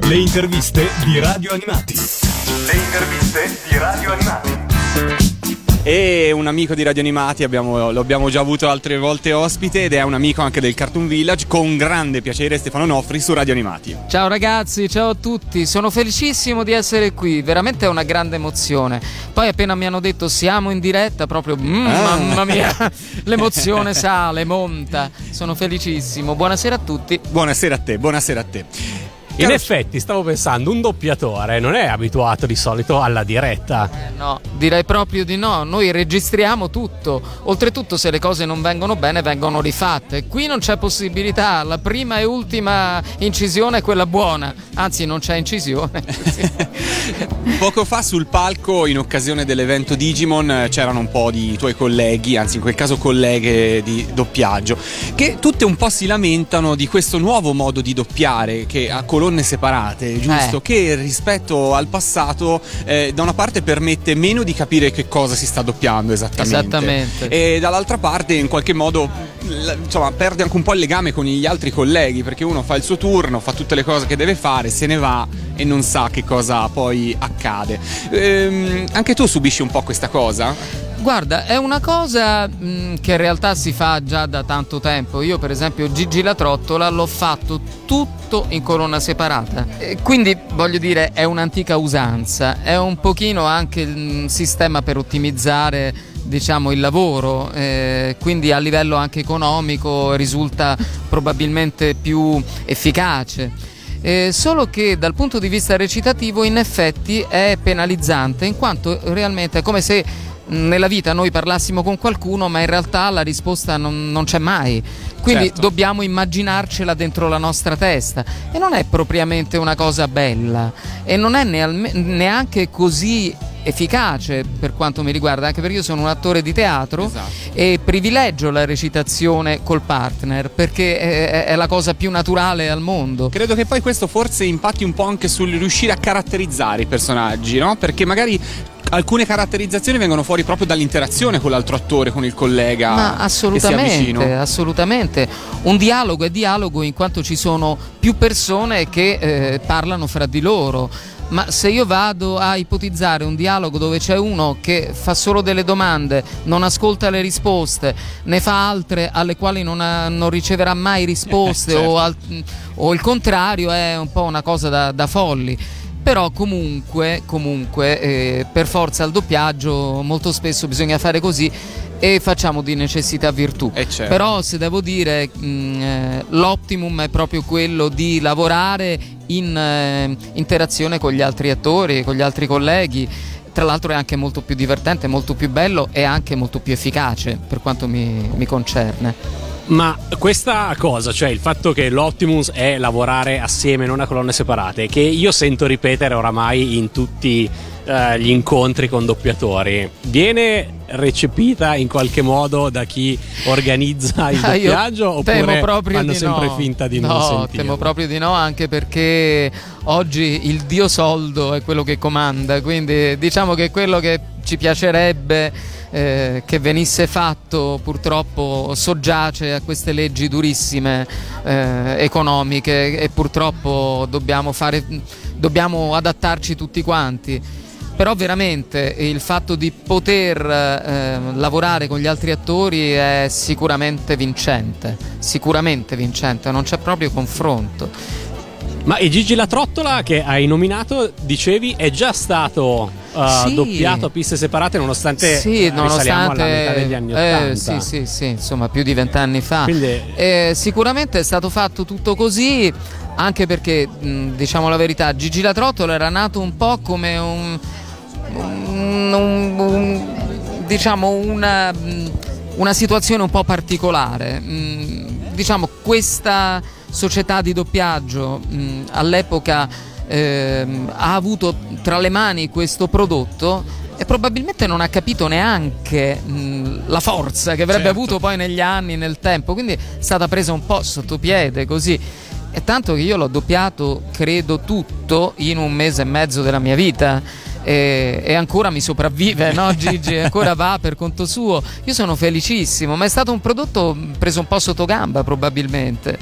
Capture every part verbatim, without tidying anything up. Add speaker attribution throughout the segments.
Speaker 1: Le interviste di Radio Animati. Le interviste di Radio Animati.
Speaker 2: E un amico di Radio Animati, abbiamo, lo abbiamo già avuto altre volte ospite ed è un amico anche del Cartoon Village. Con grande piacere Stefano Nofri su Radio Animati.
Speaker 3: Ciao ragazzi, ciao a tutti, sono felicissimo di essere qui, veramente è una grande emozione. Poi appena mi hanno detto siamo in diretta, proprio mm, ah. mamma mia, l'emozione sale, monta, sono felicissimo. Buonasera a tutti.
Speaker 2: Buonasera a te, buonasera a te.
Speaker 4: In effetti stavo pensando, un doppiatore non è abituato di solito alla diretta.
Speaker 3: Eh no, direi proprio di no, noi registriamo tutto. Oltretutto se le cose non vengono bene vengono rifatte. Qui non c'è possibilità, la prima e ultima incisione è quella buona. Anzi non c'è incisione.
Speaker 2: Poco fa sul palco in occasione dell'evento Digimon c'erano un po' di tuoi colleghi, anzi in quel caso colleghe di doppiaggio, che tutte un po' si lamentano di questo nuovo modo di doppiare che a colonne separate, giusto? Eh. Che rispetto al passato eh, da una parte permette meno di capire che cosa si sta doppiando esattamente,
Speaker 3: esattamente.
Speaker 2: E dall'altra parte in qualche modo insomma perde anche un po' il legame con gli altri colleghi, perché uno fa il suo turno, fa tutte le cose che deve fare, se ne va e non sa che cosa poi accade. Ehm, anche tu subisci un po' questa cosa?
Speaker 3: Guarda, è una cosa mh, che in realtà si fa già da tanto tempo. Io per esempio Gigi la Trottola l'ho fatto tutto in colonna separata, e quindi voglio dire è un'antica usanza, è un pochino anche il sistema per ottimizzare diciamo il lavoro, eh, quindi a livello anche economico risulta probabilmente più efficace. Eh, solo che dal punto di vista recitativo in effetti è penalizzante, in quanto realmente è come se nella vita noi parlassimo con qualcuno ma in realtà la risposta non, non c'è mai, quindi certo. Dobbiamo immaginarcela dentro la nostra testa e non è propriamente una cosa bella e non è neanche così efficace per quanto mi riguarda, anche perché io sono un attore di teatro, esatto. E privilegio la recitazione col partner perché è, è la cosa più naturale al mondo.
Speaker 2: Credo che poi questo forse impatti un po' anche sul riuscire a caratterizzare i personaggi, no? Perché magari alcune caratterizzazioni vengono fuori proprio dall'interazione con l'altro attore, con il collega.
Speaker 3: Ma assolutamente, assolutamente. Un dialogo è dialogo in quanto ci sono più persone che eh, parlano fra di loro. Ma se io vado a ipotizzare un dialogo dove c'è uno che fa solo delle domande, non ascolta le risposte, ne fa altre alle quali non, ha, non riceverà mai risposte, certo. o, al, o il contrario, è un po' una cosa da, da folli. Però comunque, comunque eh, per forza al doppiaggio molto spesso bisogna fare così e facciamo di necessità virtù.
Speaker 2: Eh certo.
Speaker 3: Però se devo dire mh, eh, l'optimum è proprio quello di lavorare in eh, interazione con gli altri attori, con gli altri colleghi. Tra l'altro è anche molto più divertente, molto più bello e anche molto più efficace per quanto mi, mi concerne.
Speaker 4: Ma questa cosa, cioè il fatto che l'Optimus è lavorare assieme, non a colonne separate, che io sento ripetere oramai in tutti uh, gli incontri con doppiatori, viene recepita in qualche modo da chi organizza il doppiaggio
Speaker 3: ah,
Speaker 4: oppure
Speaker 3: fanno
Speaker 4: sempre
Speaker 3: no.
Speaker 4: finta di
Speaker 3: no,
Speaker 4: non sentirlo?
Speaker 3: No, temo proprio di no, anche perché oggi il dio soldo è quello che comanda, quindi diciamo che quello che ci piacerebbe Eh, che venisse fatto purtroppo soggiace a queste leggi durissime eh, economiche e purtroppo dobbiamo fare dobbiamo adattarci tutti quanti. Però veramente il fatto di poter eh, lavorare con gli altri attori è sicuramente vincente, sicuramente vincente, non c'è proprio confronto.
Speaker 4: Ma e Gigi la Trottola che hai nominato, dicevi, è già stato uh,
Speaker 3: sì.
Speaker 4: doppiato a piste separate nonostante
Speaker 3: sì, nonostante
Speaker 4: alla metà degli anni ottanta.
Speaker 3: Eh, sì, sì, sì, insomma più di vent'anni fa.
Speaker 4: Quindi...
Speaker 3: Eh, sicuramente è stato fatto tutto così, anche perché mh, diciamo la verità, Gigi la Trottola era nato un po' come un, un, un, un diciamo una, una situazione un po' particolare. Mh, diciamo questa società di doppiaggio mh, all'epoca eh, ha avuto tra le mani questo prodotto e probabilmente non ha capito neanche mh, la forza che avrebbe
Speaker 2: certo.
Speaker 3: avuto poi negli anni, nel tempo, quindi è stata presa un po' sotto piede così, e tanto che io l'ho doppiato credo tutto in un mese e mezzo della mia vita e, e ancora mi sopravvive, no Gigi? Ancora va per conto suo. Io sono felicissimo, ma è stato un prodotto preso un po' sotto gamba probabilmente.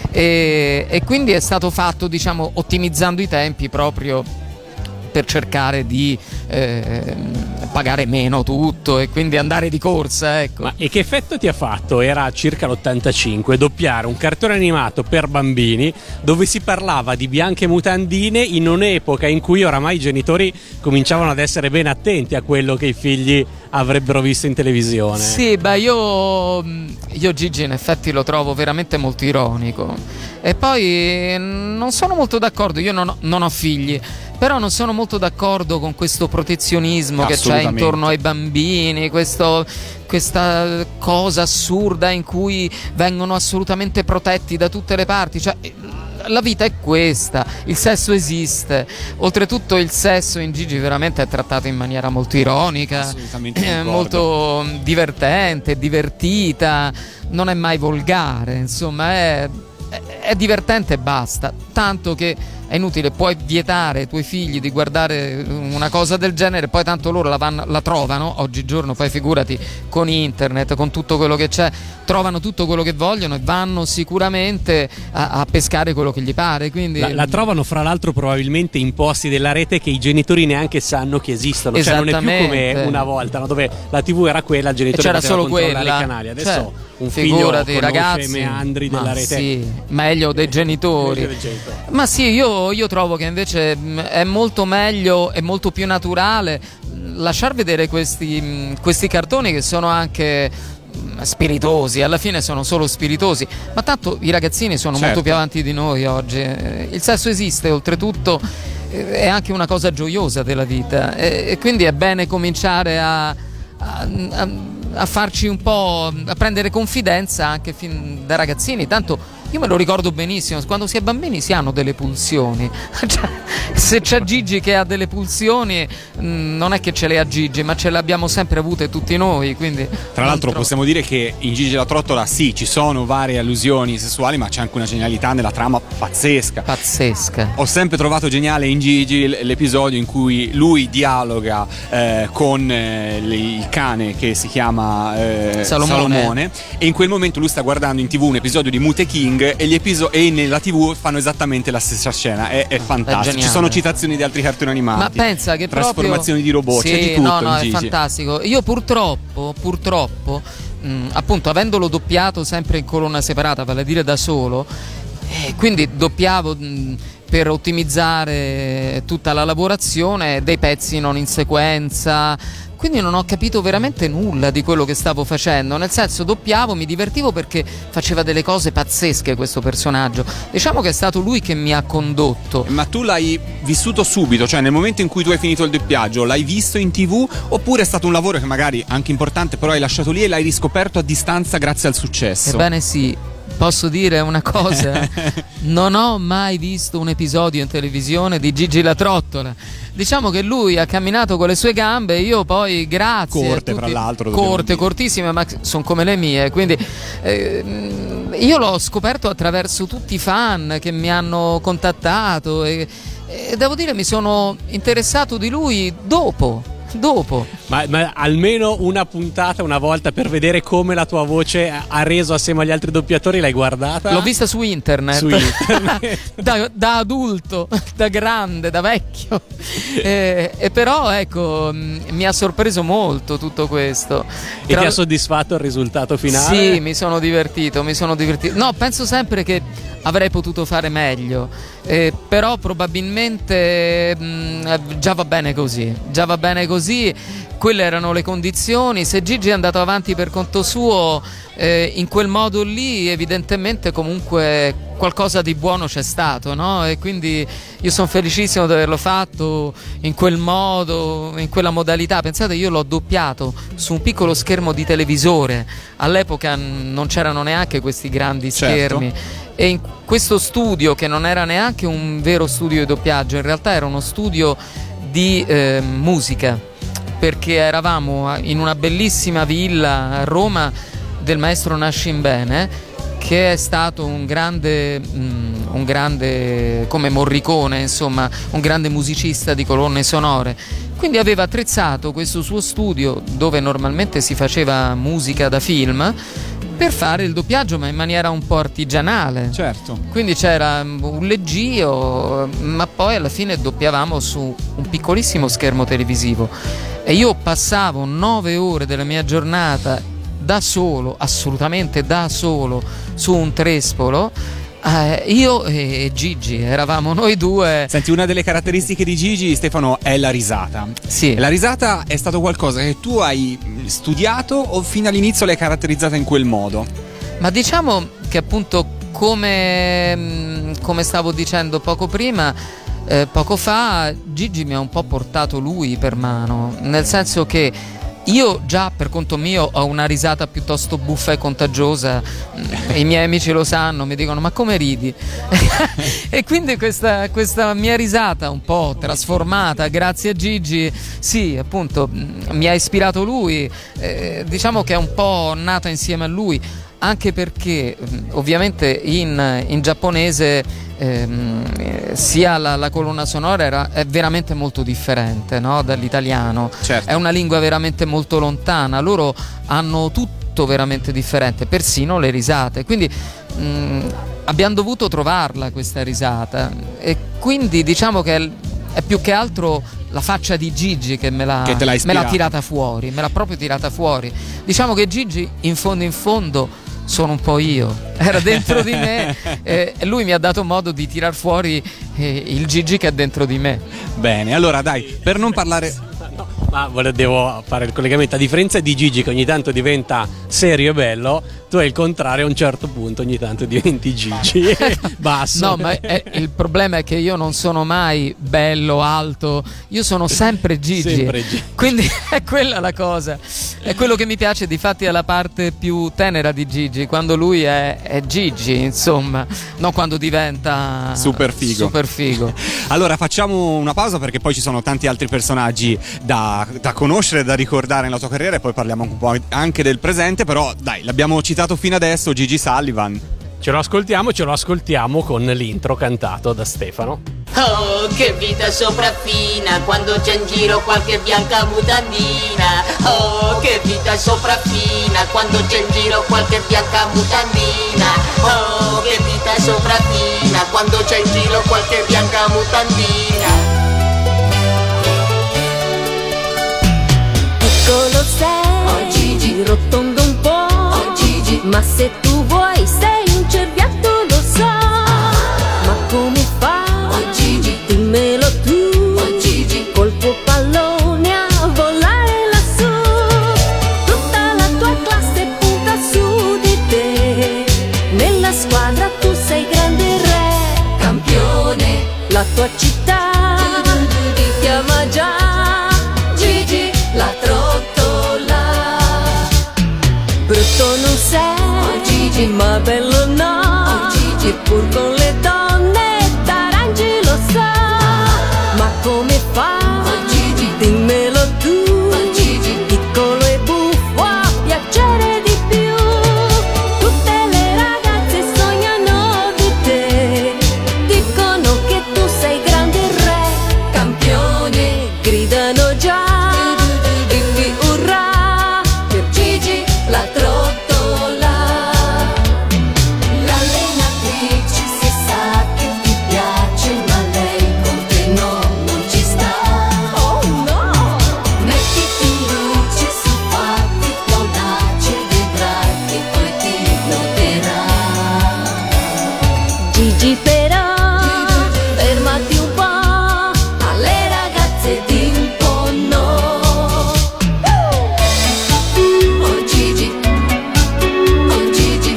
Speaker 3: e, e quindi è stato fatto, diciamo, ottimizzando i tempi proprio per cercare di eh, pagare meno tutto e quindi andare di corsa, ecco.
Speaker 4: Ma e che effetto ti ha fatto? Era circa l'ottantacinque, doppiare un cartone animato per bambini dove si parlava di bianche mutandine in un'epoca in cui oramai i genitori cominciavano ad essere ben attenti a quello che i figli avrebbero visto in televisione.
Speaker 3: Sì, beh, io, io Gigi in effetti lo trovo veramente molto ironico e poi non sono molto d'accordo, io non ho, non ho figli, però non sono molto d'accordo con questo protezionismo che c'è intorno ai bambini, questo, questa cosa assurda in cui vengono assolutamente protetti da tutte le parti. Cioè, la vita è questa, il sesso esiste, oltretutto il sesso in Gigi veramente è trattato in maniera molto ironica, eh, molto divertente, divertita, non è mai volgare, insomma è, è, è divertente e basta, tanto che è inutile, puoi vietare ai tuoi figli di guardare una cosa del genere, poi tanto loro la, vanno, la trovano, oggigiorno poi figurati con internet, con tutto quello che c'è, trovano tutto quello che vogliono e vanno sicuramente a, a pescare quello che gli pare. Quindi
Speaker 4: la, la trovano fra l'altro probabilmente in posti della rete che i genitori neanche sanno che esistono, cioè non è più come una volta, no? Dove la tivù era quella, il genitore
Speaker 3: c'era solo quella,
Speaker 4: i canali, adesso
Speaker 3: cioè,
Speaker 4: un figlio
Speaker 3: figurati,
Speaker 4: conosce
Speaker 3: ragazzi,
Speaker 4: i meandri della rete,
Speaker 3: sì, meglio dei genitori.
Speaker 4: Meglio dei genitori.
Speaker 3: Ma sì, io Io trovo che invece è molto meglio e molto più naturale lasciar vedere questi, questi cartoni che sono anche spiritosi, alla fine sono solo spiritosi, ma tanto i ragazzini sono
Speaker 2: certo.
Speaker 3: molto più avanti di noi oggi. Il sesso esiste, oltretutto è anche una cosa gioiosa della vita e quindi è bene cominciare a, a, a, a farci un po', a prendere confidenza anche fin da ragazzini, tanto io me lo ricordo benissimo, quando si è bambini si hanno delle pulsioni, cioè, se c'è Gigi che ha delle pulsioni mh, non è che ce le ha Gigi, ma ce le abbiamo sempre avute tutti noi, quindi
Speaker 2: tra l'altro
Speaker 3: tro-
Speaker 2: possiamo dire che in Gigi la Trottola sì, ci sono varie allusioni sessuali, ma c'è anche una genialità nella trama pazzesca.
Speaker 3: Pazzesca.
Speaker 2: Ho sempre trovato geniale in Gigi l'episodio in cui lui dialoga eh, con eh, il cane che si chiama eh,
Speaker 3: Salomone.
Speaker 2: Salomone, e in quel momento lui sta guardando in tv un episodio di Mute King e gli episodi e nella tv fanno esattamente la stessa scena, è, è fantastico.
Speaker 3: È
Speaker 2: ci sono citazioni di altri cartoni animati,
Speaker 3: ma pensa che
Speaker 2: trasformazioni
Speaker 3: proprio...
Speaker 2: di robot,
Speaker 3: sì,
Speaker 2: c'è di tutto
Speaker 3: no, no,
Speaker 2: in
Speaker 3: è
Speaker 2: Gigi.
Speaker 3: fantastico. Io purtroppo purtroppo mh, appunto avendolo doppiato sempre in colonna separata, vale a dire da solo, eh, quindi doppiavo mh, per ottimizzare tutta la lavorazione dei pezzi non in sequenza, quindi non ho capito veramente nulla di quello che stavo facendo, nel senso doppiavo, mi divertivo perché faceva delle cose pazzesche questo personaggio, diciamo che è stato lui che mi ha condotto.
Speaker 2: Ma tu l'hai vissuto subito, cioè nel momento in cui tu hai finito il doppiaggio l'hai visto in tv, oppure è stato un lavoro che magari anche importante però hai lasciato lì e l'hai riscoperto a distanza grazie al successo?
Speaker 3: Ebbene sì, posso dire una cosa? Non ho mai visto un episodio in televisione di Gigi la Trottola. Diciamo che lui ha camminato con le sue gambe e io poi grazie
Speaker 2: corte
Speaker 3: a tutti,
Speaker 2: fra l'altro
Speaker 3: corte,
Speaker 2: dire.
Speaker 3: cortissime, ma sono come le mie, quindi eh, io l'ho scoperto attraverso tutti i fan che mi hanno contattato e, e devo dire mi sono interessato di lui dopo dopo
Speaker 4: ma, ma almeno una puntata una volta per vedere come la tua voce ha reso assieme agli altri doppiatori, l'hai guardata?
Speaker 3: L'ho vista su internet,
Speaker 4: su internet.
Speaker 3: da, da adulto, da grande, da vecchio e, e però ecco mi ha sorpreso molto tutto questo.
Speaker 4: E
Speaker 3: Tra...
Speaker 4: ti ha soddisfatto il risultato finale?
Speaker 3: Sì, mi sono divertito, mi sono divertito. No, penso sempre che avrei potuto fare meglio, eh, però probabilmente mh, già va bene così, già va bene così, quelle erano le condizioni. Se Gigi è andato avanti per conto suo eh, in quel modo lì, evidentemente comunque qualcosa di buono c'è stato, no? E quindi io sono felicissimo di averlo fatto in quel modo, in quella modalità. Pensate, io l'ho doppiato su un piccolo schermo di televisore, all'epoca non c'erano neanche questi grandi schermi.
Speaker 2: Certo.
Speaker 3: E in questo studio, che non era neanche un vero studio di doppiaggio, in realtà era uno studio di eh, musica, perché eravamo in una bellissima villa a Roma del maestro Nascimbene, che è stato un grande, um, un grande come Morricone, insomma, un grande musicista di colonne sonore. Quindi aveva attrezzato questo suo studio, dove normalmente si faceva musica da film, per fare il doppiaggio, ma in maniera un po' artigianale.
Speaker 2: Certo.
Speaker 3: Quindi c'era un leggio, ma poi alla fine doppiavamo su un piccolissimo schermo televisivo e io passavo nove ore della mia giornata da solo, assolutamente da solo, su un trespolo. Eh, io e Gigi eravamo noi due.
Speaker 2: Senti, una delle caratteristiche di Gigi, Stefano, è la risata.
Speaker 3: Sì.
Speaker 2: La risata è stato qualcosa che tu hai studiato o fino all'inizio l'hai caratterizzata in quel modo?
Speaker 3: Ma diciamo che appunto come, come stavo dicendo poco prima, eh, poco fa, Gigi mi ha un po' portato lui per mano, nel senso che io già per conto mio ho una risata piuttosto buffa e contagiosa, i miei amici lo sanno, mi dicono ma come ridi? E quindi questa, questa mia risata un po' trasformata grazie a Gigi, sì appunto mi ha ispirato lui, eh, diciamo che è un po' nata insieme a lui, anche perché ovviamente in, in giapponese ehm, sia la, la colonna sonora era, è veramente molto differente, no? Dall'italiano.
Speaker 2: Certo.
Speaker 3: È una lingua veramente molto lontana, loro hanno tutto veramente differente, persino le risate, quindi mh, abbiamo dovuto trovarla questa risata e quindi diciamo che è, è più che altro la faccia di Gigi che me l'ha,
Speaker 2: che te l'ha
Speaker 3: me l'ha tirata fuori, me l'ha proprio tirata fuori. Diciamo che Gigi in fondo in fondo sono un po' io, era dentro di me e lui mi ha dato modo di tirar fuori eh, il Gigi che è dentro di me.
Speaker 2: Bene, allora dai, per non parlare...
Speaker 4: No, ma devo fare il collegamento. A differenza di Gigi che ogni tanto diventa serio e bello, tu hai il contrario, a un certo punto ogni tanto diventi Gigi basso.
Speaker 3: No, ma è, il problema è che io non sono mai bello, alto, io sono sempre Gigi,
Speaker 4: sempre Gigi.
Speaker 3: Quindi è quella la cosa, è quello che mi piace, difatti è la parte più tenera di Gigi, quando lui è, è Gigi, insomma, non quando diventa
Speaker 2: super figo.
Speaker 3: super figo.
Speaker 2: Allora facciamo una pausa perché poi ci sono tanti altri personaggi da, da conoscere, da ricordare nella tua carriera e poi parliamo un po' anche del presente, però dai, l'abbiamo citato fino adesso, Gigi Sullivan.
Speaker 4: Ce lo ascoltiamo, ce lo ascoltiamo con l'intro cantato da Stefano.
Speaker 5: Oh, che vita sopraffina quando c'è in giro qualche bianca mutandina. Oh, che vita sopraffina quando c'è in giro qualche bianca mutandina. Oh, che vita sopraffina quando c'è in giro qualche bianca mutandina.
Speaker 6: Piccolo sei, oh Gigi, rotondo un po', oh Gigi, ma se tu vuoi sei un cerbiatto, lo so, ah. Ma come fa, oh Gigi, dimmelo tu, oh Gigi, col tuo pallone a volare lassù, tutta la tua classe punta su di te, nella squadra tu sei grande re, campione, la tua città ti chiama già Gigi, la trottola. Brutto non sei, oh Gigi, ma bello no, oh Gigi, e pur con le donne t'arrangi, lo so, ma come fa, oh Gigi, dimmelo tu, oh Gigi, piccolo e buffo a piacere di più, tutte le ragazze sognano di te, dicono che tu sei grande re, campione, gridano già. Gigi però, fermati un po', alle ragazze d'imponno. Oh Gigi, oh Gigi.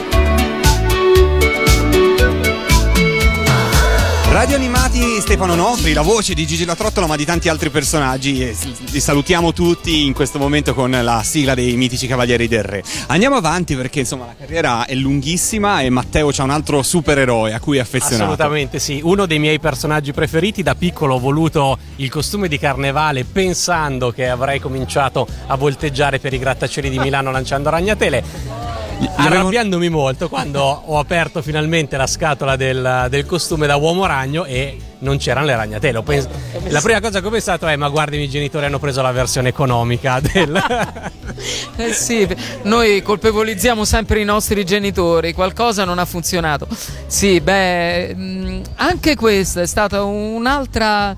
Speaker 2: Radio Animati, Stefano Nofri, la voce di Gigi La Trottola, ma di tanti altri personaggi. E li salutiamo tutti in questo momento con la sigla dei mitici Cavalieri del Re. Andiamo avanti perché insomma la carriera è lunghissima e Matteo c'ha un altro supereroe a cui è affezionato.
Speaker 4: Assolutamente sì, uno dei miei personaggi preferiti. Da piccolo ho voluto il costume di carnevale pensando che avrei cominciato a volteggiare per i grattacieli di Milano lanciando ragnatele. arrabbiandomi molto quando ho aperto finalmente la scatola del, del costume da uomo ragno e non c'erano le ragnatele. Ho pens- la prima cosa che ho pensato è: ma guardi, i miei genitori hanno preso la versione economica del...
Speaker 3: Eh sì, noi colpevolizziamo sempre i nostri genitori, qualcosa non ha funzionato. Sì, beh, mh, anche questa è stata un'altra...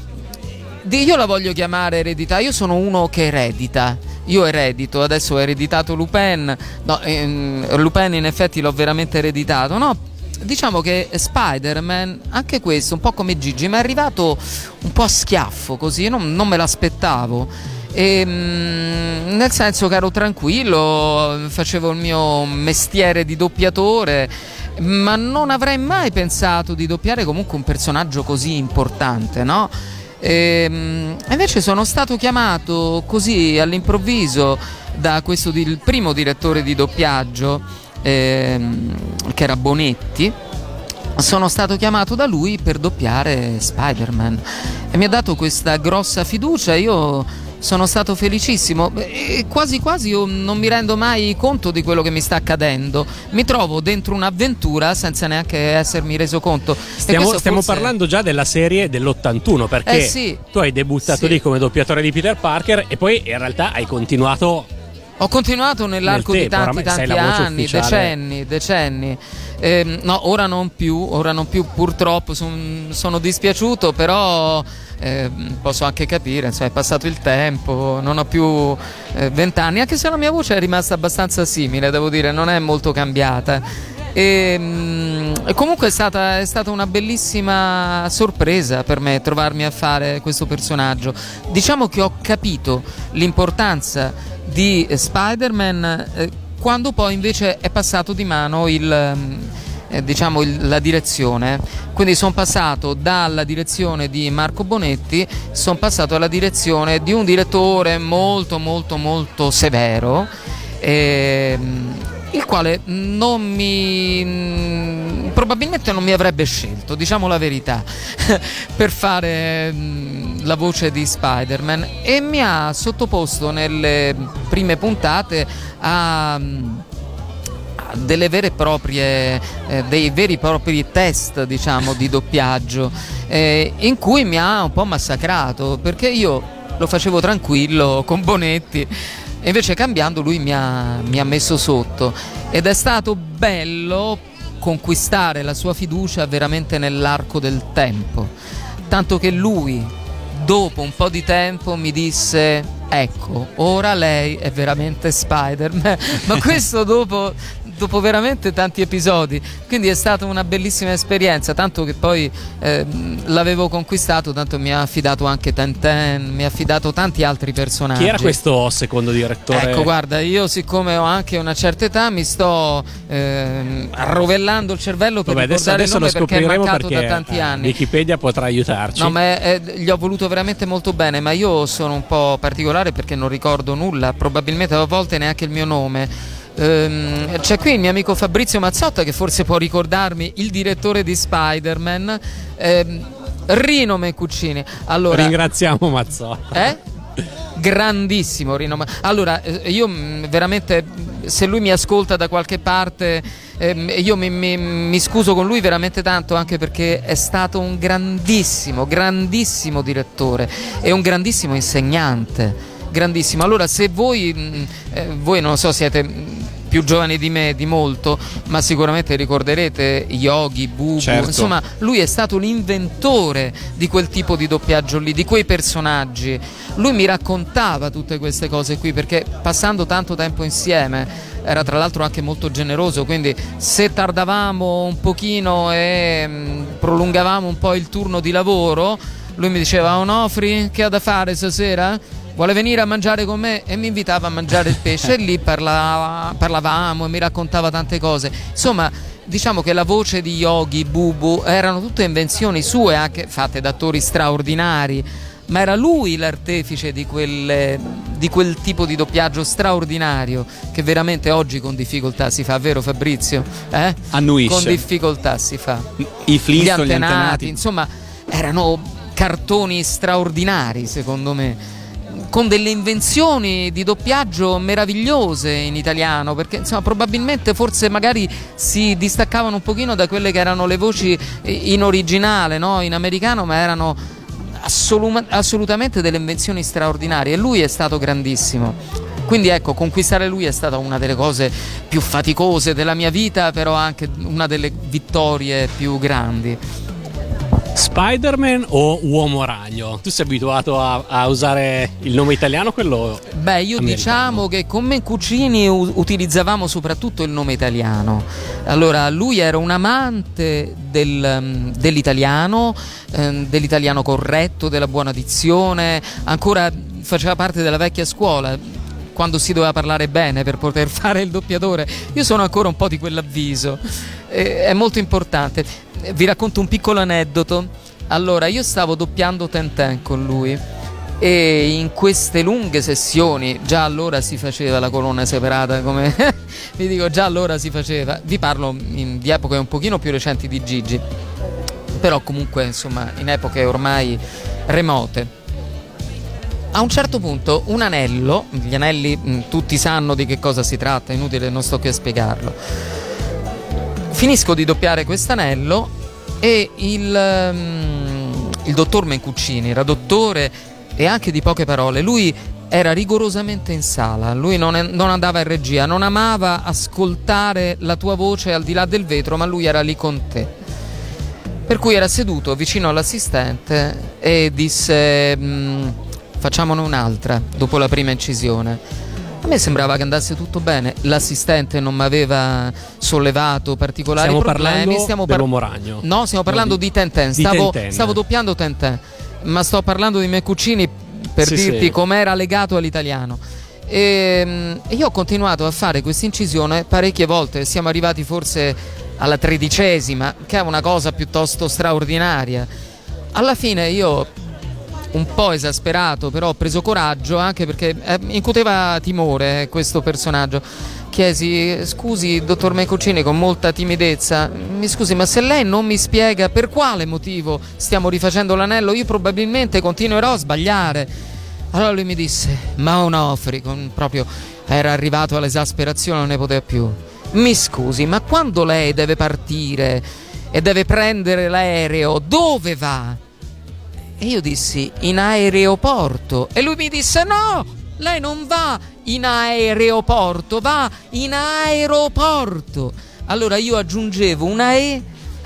Speaker 3: Io la voglio chiamare eredità, io sono uno che eredita. Io eredito, adesso ho ereditato Lupin. No, ehm, Lupin in effetti l'ho veramente ereditato, no? Diciamo che Spider-Man, anche questo, un po' come Gigi, mi è arrivato un po' a schiaffo così, non, non me l'aspettavo. E, mh, nel senso che ero tranquillo, facevo il mio mestiere di doppiatore, ma non avrei mai pensato di doppiare comunque un personaggio così importante, no? E, mh, invece sono stato chiamato così all'improvviso da questo di, il primo direttore di doppiaggio, ehm, che era Bonetti. Sono stato chiamato da lui per doppiare Spider-Man e mi ha dato questa grossa fiducia. Io sono stato felicissimo e quasi quasi io non mi rendo mai conto di quello che mi sta accadendo. Mi trovo dentro un'avventura senza neanche essermi reso conto.
Speaker 4: Stiamo, stiamo
Speaker 3: forse...
Speaker 4: parlando già della serie dell'ottantuno, perché
Speaker 3: eh sì,
Speaker 4: tu hai debuttato
Speaker 3: sì.
Speaker 4: lì come doppiatore di Peter Parker e poi in realtà hai continuato.
Speaker 3: Ho continuato nell'arco
Speaker 4: nel
Speaker 3: di
Speaker 4: tempo,
Speaker 3: tanti
Speaker 4: oramai sei
Speaker 3: tanti
Speaker 4: la voce
Speaker 3: anni,
Speaker 4: ufficiale.
Speaker 3: decenni, decenni. Eh, no, ora non più, ora non più purtroppo, son, sono dispiaciuto, però eh, posso anche capire, insomma, è passato il tempo, non ho più vent'anni, eh, anche se la mia voce è rimasta abbastanza simile, devo dire, non è molto cambiata. E, mh, comunque è stata, è stata una bellissima sorpresa per me trovarmi a fare questo personaggio. Diciamo che ho capito l'importanza di Spider-Man eh, quando poi invece è passato di mano il, eh, diciamo il, la direzione. Quindi sono passato dalla direzione di Marco Bonetti, sono passato alla direzione di un direttore molto molto molto severo, eh, il quale non mi probabilmente non mi avrebbe scelto, diciamo la verità, per fare mh, la voce di Spider-Man, e mi ha sottoposto nelle prime puntate a, a delle vere e proprie eh, dei veri e propri test, diciamo, di doppiaggio, eh, in cui mi ha un po' massacrato, perché io lo facevo tranquillo con Bonetti e invece cambiando lui mi ha, mi ha messo sotto, ed è stato bello conquistare la sua fiducia veramente nell'arco del tempo, tanto che lui dopo un po' di tempo mi disse: ecco, ora lei è veramente Spider-Man. Ma questo dopo, dopo veramente tanti episodi, quindi è stata una bellissima esperienza, tanto che poi eh, l'avevo conquistato, tanto mi ha affidato anche Tintin, mi ha affidato tanti altri personaggi.
Speaker 4: Chi era questo secondo direttore?
Speaker 3: Ecco, guarda, io siccome ho anche una certa età mi sto eh, arrovellando il cervello per
Speaker 4: Vabbè, adesso,
Speaker 3: ricordare
Speaker 4: adesso
Speaker 3: il nome,
Speaker 4: lo
Speaker 3: perché è
Speaker 4: scopriremo,
Speaker 3: mancato
Speaker 4: perché
Speaker 3: da tanti
Speaker 4: eh,
Speaker 3: anni.
Speaker 4: Wikipedia potrà aiutarci.
Speaker 3: No, ma è, è, gli ho voluto veramente molto bene, ma io sono un po' particolare perché non ricordo nulla, probabilmente a volte neanche il mio nome. Ehm, c'è qui il mio amico Fabrizio Mazzotta che forse può ricordarmi il direttore di Spider-Man, ehm, Rino Mencuccini. Allora,
Speaker 4: ringraziamo Mazzotta.
Speaker 3: Eh? Grandissimo Rino. Allora, io veramente, se lui mi ascolta da qualche parte, eh, io mi, mi, mi scuso con lui veramente tanto, anche perché è stato un grandissimo, grandissimo direttore e un grandissimo insegnante. Grandissimo. Allora, se voi, eh, voi non so, siete più giovani di me di molto, ma sicuramente ricorderete Yogi, Bubu,
Speaker 2: certo.
Speaker 3: Insomma, lui è stato l'inventore di quel tipo di doppiaggio lì, di quei personaggi. Lui mi raccontava tutte queste cose qui, perché passando tanto tempo insieme era tra l'altro anche molto generoso, quindi se tardavamo un pochino e mh, prolungavamo un po' il turno di lavoro, lui mi diceva: Onofri, che ha da fare stasera? Vuole venire a mangiare con me? E mi invitava a mangiare il pesce e lì parlava, parlavamo e mi raccontava tante cose. Insomma, diciamo che la voce di Yogi, Bubu erano tutte invenzioni sue, anche fatte da attori straordinari, ma era lui l'artefice di quel, di quel tipo di doppiaggio straordinario che veramente oggi con difficoltà si fa, vero Fabrizio? Eh?
Speaker 2: Annuisce.
Speaker 3: Con difficoltà si fa.
Speaker 2: I Flintstone,
Speaker 3: gli antenati,
Speaker 2: gli antenati,
Speaker 3: insomma, erano cartoni straordinari secondo me. con delle invenzioni di doppiaggio meravigliose in italiano, perché insomma probabilmente forse magari si distaccavano un pochino da quelle che erano le voci in originale, no? In americano, ma erano assolut- assolutamente delle invenzioni straordinarie, e lui è stato grandissimo. Quindi ecco, conquistare lui è stata una delle cose più faticose della mia vita, però anche una delle vittorie più grandi.
Speaker 4: Spider-Man o Uomo Ragno? Tu sei abituato a, a usare il nome italiano, quello
Speaker 3: Beh, io
Speaker 4: americano?
Speaker 3: Diciamo che con Mencuccini u- utilizzavamo soprattutto il nome italiano. Allora, lui era un amante del, dell'italiano, ehm, dell'italiano corretto, della buona dizione, ancora faceva parte della vecchia scuola, quando si doveva parlare bene per poter fare il doppiatore. Io sono ancora un po' di quell'avviso, eh, è molto importante. Vi racconto un piccolo aneddoto. Allora, io stavo doppiando Tintin con lui, e in queste lunghe sessioni, già allora si faceva la colonna separata, come vi dico, già allora si faceva. Vi parlo in, di epoche un pochino più recenti di Gigi, però comunque insomma in epoche ormai remote. A un certo punto un anello, gli anelli mh, tutti sanno di che cosa si tratta, è inutile, non sto qui a spiegarlo. Finisco di doppiare quest'anello e il, um, il dottor Mencuccini, era dottore e anche di poche parole, lui era rigorosamente in sala, lui non, è, non andava in regia, non amava ascoltare la tua voce al di là del vetro, ma lui era lì con te. Per cui era seduto vicino all'assistente e disse... Mh, facciamone un'altra dopo la prima incisione. A me sembrava che andasse tutto bene, l'assistente non mi aveva sollevato particolari
Speaker 4: stiamo
Speaker 3: problemi.
Speaker 4: Parlando
Speaker 3: stiamo par-
Speaker 4: dell'Uomo Ragno.
Speaker 3: No, stiamo parlando
Speaker 4: no, di,
Speaker 3: di Tintin.
Speaker 4: Di
Speaker 3: Stavo,
Speaker 4: Tintin.
Speaker 3: stavo doppiando Tintin, ma sto parlando di Mencuccini per
Speaker 4: sì,
Speaker 3: dirti
Speaker 4: sì.
Speaker 3: com'era legato all'italiano. E, e io ho continuato a fare questa incisione parecchie volte, siamo arrivati forse alla tredicesima, che è una cosa piuttosto straordinaria. Alla fine io, un po' esasperato, però ho preso coraggio, anche perché eh, incuteva timore eh, questo personaggio. Chiesi: scusi dottor Mencuccini, con molta timidezza, mi scusi, ma se lei non mi spiega per quale motivo stiamo rifacendo l'anello, io probabilmente continuerò a sbagliare. Allora lui mi disse: ma Onofri, con proprio era arrivato all'esasperazione, non ne poteva più. Mi scusi, ma quando lei deve partire e deve prendere l'aereo, dove va? E io dissi: in aeroporto. E lui mi disse: no, lei non va in aeroporto, va in aeroporto. Allora io aggiungevo una E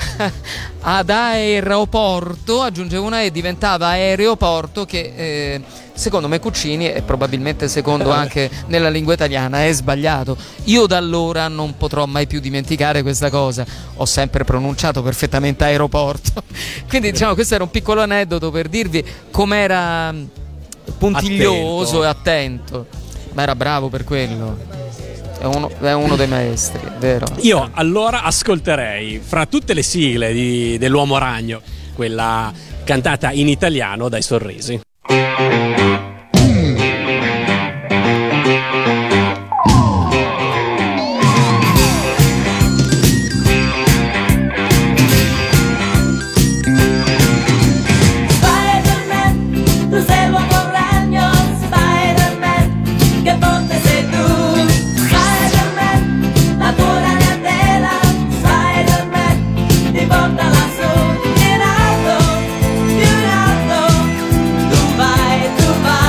Speaker 3: ad aeroporto, aggiungevo una E, diventava aeroporto, che eh, secondo Mencuccini, e probabilmente secondo anche nella lingua italiana, è sbagliato. Io da allora non potrò mai più dimenticare questa cosa, ho sempre pronunciato perfettamente aeroporto. Quindi diciamo, questo era un piccolo aneddoto per dirvi com'era puntiglioso
Speaker 4: attento.
Speaker 3: e attento, ma era bravo per quello. È uno, è uno dei maestri, vero?
Speaker 4: Io allora ascolterei, fra tutte le sigle di, dell'Uomo Ragno, quella cantata in italiano dai Sorrisi.
Speaker 7: Porta lassù, più in alto, più in alto, tu vai, tu vai.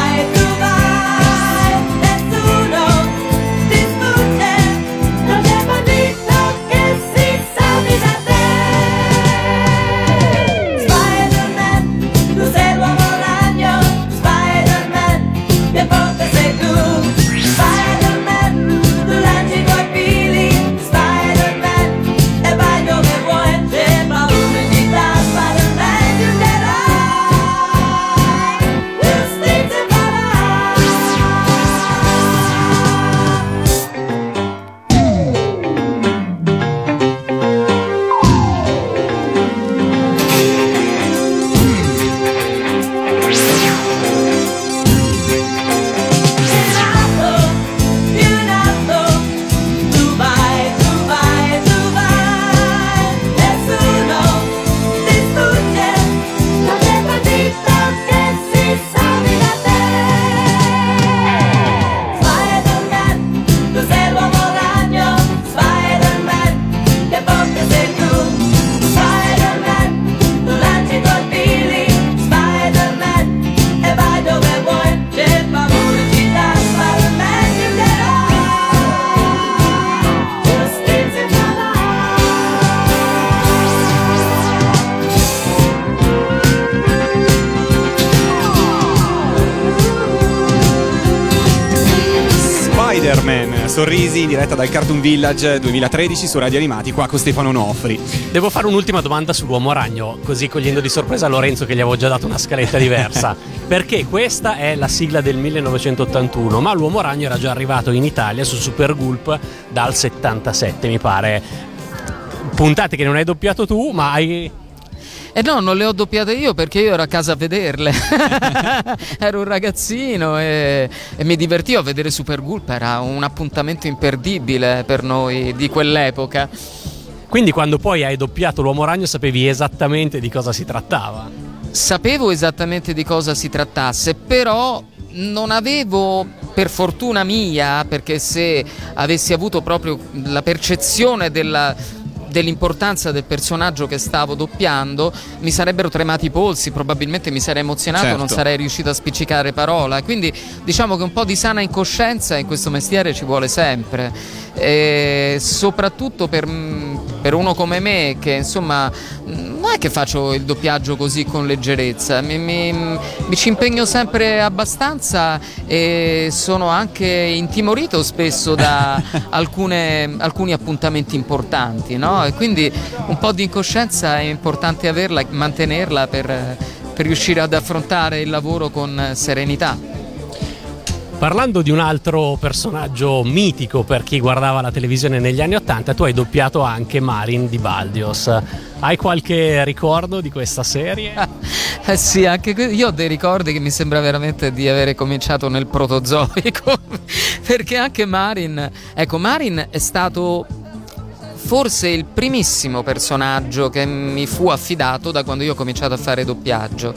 Speaker 2: Sorrisi in diretta dal Cartoon Village duemilatredici su Radio Animati, qua con Stefano Nofri.
Speaker 4: Devo fare un'ultima domanda sull'Uomo Ragno, così cogliendo di sorpresa Lorenzo che gli avevo già dato una scaletta diversa. Perché questa è la sigla del millenovecentottantuno, ma l'Uomo Ragno era già arrivato in Italia su Super Gulp dal settantasette, mi pare. Puntate che non hai doppiato tu, ma hai...
Speaker 3: Eh no, non le ho doppiate io perché io ero a casa a vederle. Ero un ragazzino e, e mi divertivo a vedere Super Gulp, era un appuntamento imperdibile per noi di quell'epoca.
Speaker 4: Quindi quando poi hai doppiato l'Uomo Ragno sapevi esattamente di cosa si trattava?
Speaker 3: Sapevo esattamente di cosa si trattasse, però non avevo, per fortuna mia, perché se avessi avuto proprio la percezione della... dell'importanza del personaggio che stavo doppiando, mi sarebbero tremati i polsi, probabilmente mi sarei emozionato,
Speaker 2: certo.
Speaker 3: Non sarei riuscito a spiccicare parola, quindi diciamo che un po' di sana incoscienza in questo mestiere ci vuole sempre, e soprattutto per, per uno come me che insomma non è che faccio il doppiaggio così con leggerezza, mi, mi, mi ci impegno sempre abbastanza e sono anche intimorito spesso da alcune, alcuni appuntamenti importanti, no? E quindi un po' di incoscienza è importante averla e mantenerla per, per riuscire ad affrontare il lavoro con serenità.
Speaker 4: Parlando di un altro personaggio mitico per chi guardava la televisione negli anni Ottanta, tu hai doppiato anche Marin di Baldios. Hai qualche ricordo di questa serie?
Speaker 3: Eh sì, anche io ho dei ricordi che mi sembra veramente di avere cominciato nel protozoico, perché anche Marin, ecco, Marin è stato forse il primissimo personaggio che mi fu affidato da quando io ho cominciato a fare doppiaggio,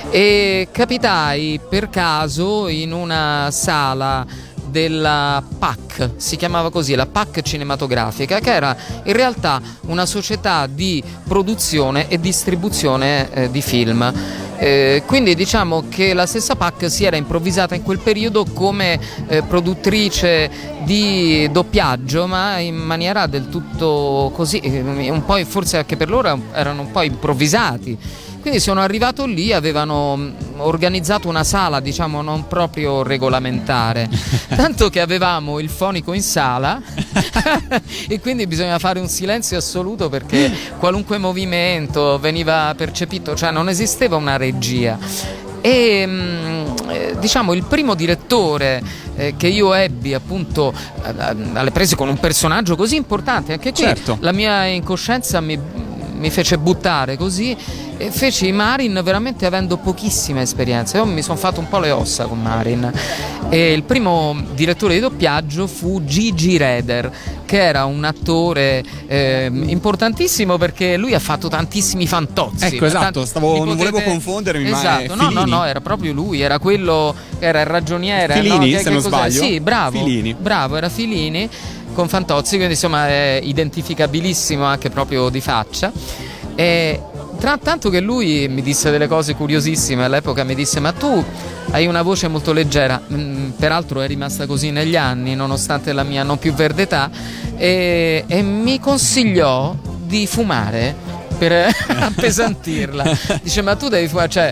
Speaker 3: e capitai per caso in una sala della P A C, si chiamava così, la P A C cinematografica, che era in realtà una società di produzione e distribuzione eh, di film. Eh, quindi diciamo che la stessa P A C si era improvvisata in quel periodo come eh, produttrice di doppiaggio, ma in maniera del tutto così, eh, un po' forse anche per loro erano un po' improvvisati. Quindi sono arrivato lì, avevano organizzato una sala, diciamo, non proprio regolamentare, tanto che avevamo il fonico in sala e quindi bisognava fare un silenzio assoluto perché qualunque movimento veniva percepito, cioè non esisteva una regia. E diciamo il primo direttore eh, che io ebbi appunto alle prese con un personaggio così importante, anche qui
Speaker 2: certo. La
Speaker 3: mia incoscienza mi, mi fece buttare così e feci i Marin veramente avendo pochissima esperienza. Io mi sono fatto un po' le ossa con Marin, e il primo direttore di doppiaggio fu Gigi Reder, che era un attore eh, importantissimo perché lui ha fatto tantissimi Fantozzi.
Speaker 2: Ecco, esatto,
Speaker 3: Tanti,
Speaker 2: stavo, non
Speaker 3: potete...
Speaker 2: volevo confondermi,
Speaker 3: esatto,
Speaker 2: ma
Speaker 3: no, no, no, era proprio lui, era quello che era il ragioniere.
Speaker 2: Filini,
Speaker 3: no? che,
Speaker 2: se
Speaker 3: che
Speaker 2: non
Speaker 3: cos'è?
Speaker 2: sbaglio.
Speaker 3: Sì, bravo,
Speaker 2: Filini.
Speaker 3: bravo, era Filini con Fantozzi, quindi insomma è identificabilissimo anche proprio di faccia. E tra tanto che lui mi disse delle cose curiosissime all'epoca, mi disse: ma tu hai una voce molto leggera, mm, peraltro è rimasta così negli anni nonostante la mia non più verde età, e, e mi consigliò di fumare per appesantirla. Dice: ma tu devi fumare, cioè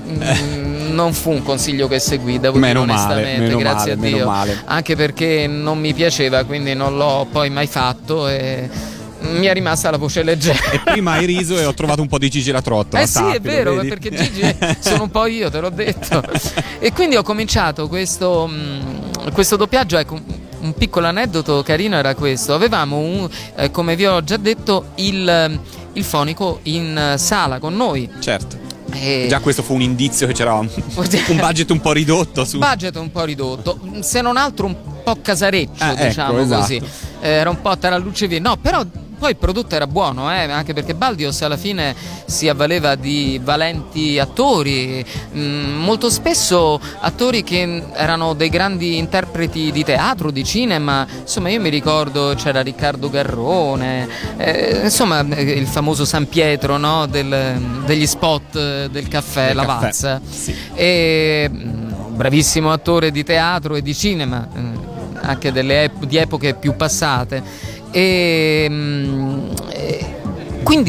Speaker 3: mm, non fu un consiglio che seguì, devo
Speaker 2: meno
Speaker 3: dire
Speaker 2: male,
Speaker 3: onestamente,
Speaker 2: meno
Speaker 3: grazie
Speaker 2: male,
Speaker 3: a Dio,
Speaker 2: meno male.
Speaker 3: anche perché non mi piaceva, quindi non l'ho poi mai fatto e mi è rimasta la voce leggera.
Speaker 2: E prima hai riso e ho trovato un po' di Gigi la trottola.
Speaker 3: Eh sì,
Speaker 2: sappi,
Speaker 3: è vero,
Speaker 2: vedi?
Speaker 3: perché Gigi sono un po' io, te l'ho detto. E quindi ho cominciato questo, mh, questo doppiaggio. Ecco, un piccolo aneddoto carino era questo. Avevamo, un, eh, come vi ho già detto, il, il fonico in sala con noi.
Speaker 2: Certo.
Speaker 3: E...
Speaker 2: già questo fu un indizio che c'era un, un budget un po' ridotto su...
Speaker 3: budget un po' ridotto, se non altro un po' casareccio,
Speaker 2: ah,
Speaker 3: diciamo
Speaker 2: ecco, esatto.
Speaker 3: così. Era un po' tra luce e via. No, però poi il prodotto era buono, eh, anche perché Baldios alla fine si avvaleva di valenti attori, mh, molto spesso attori che erano dei grandi interpreti di teatro, di cinema. Insomma, io mi ricordo c'era Riccardo Garrone, eh, insomma il famoso San Pietro, no? Del, degli spot del caffè
Speaker 2: del
Speaker 3: Lavazza,
Speaker 2: caffè, sì.
Speaker 3: E mh, bravissimo attore di teatro e di cinema, mh, anche delle ep- di epoche più passate. E, e quindi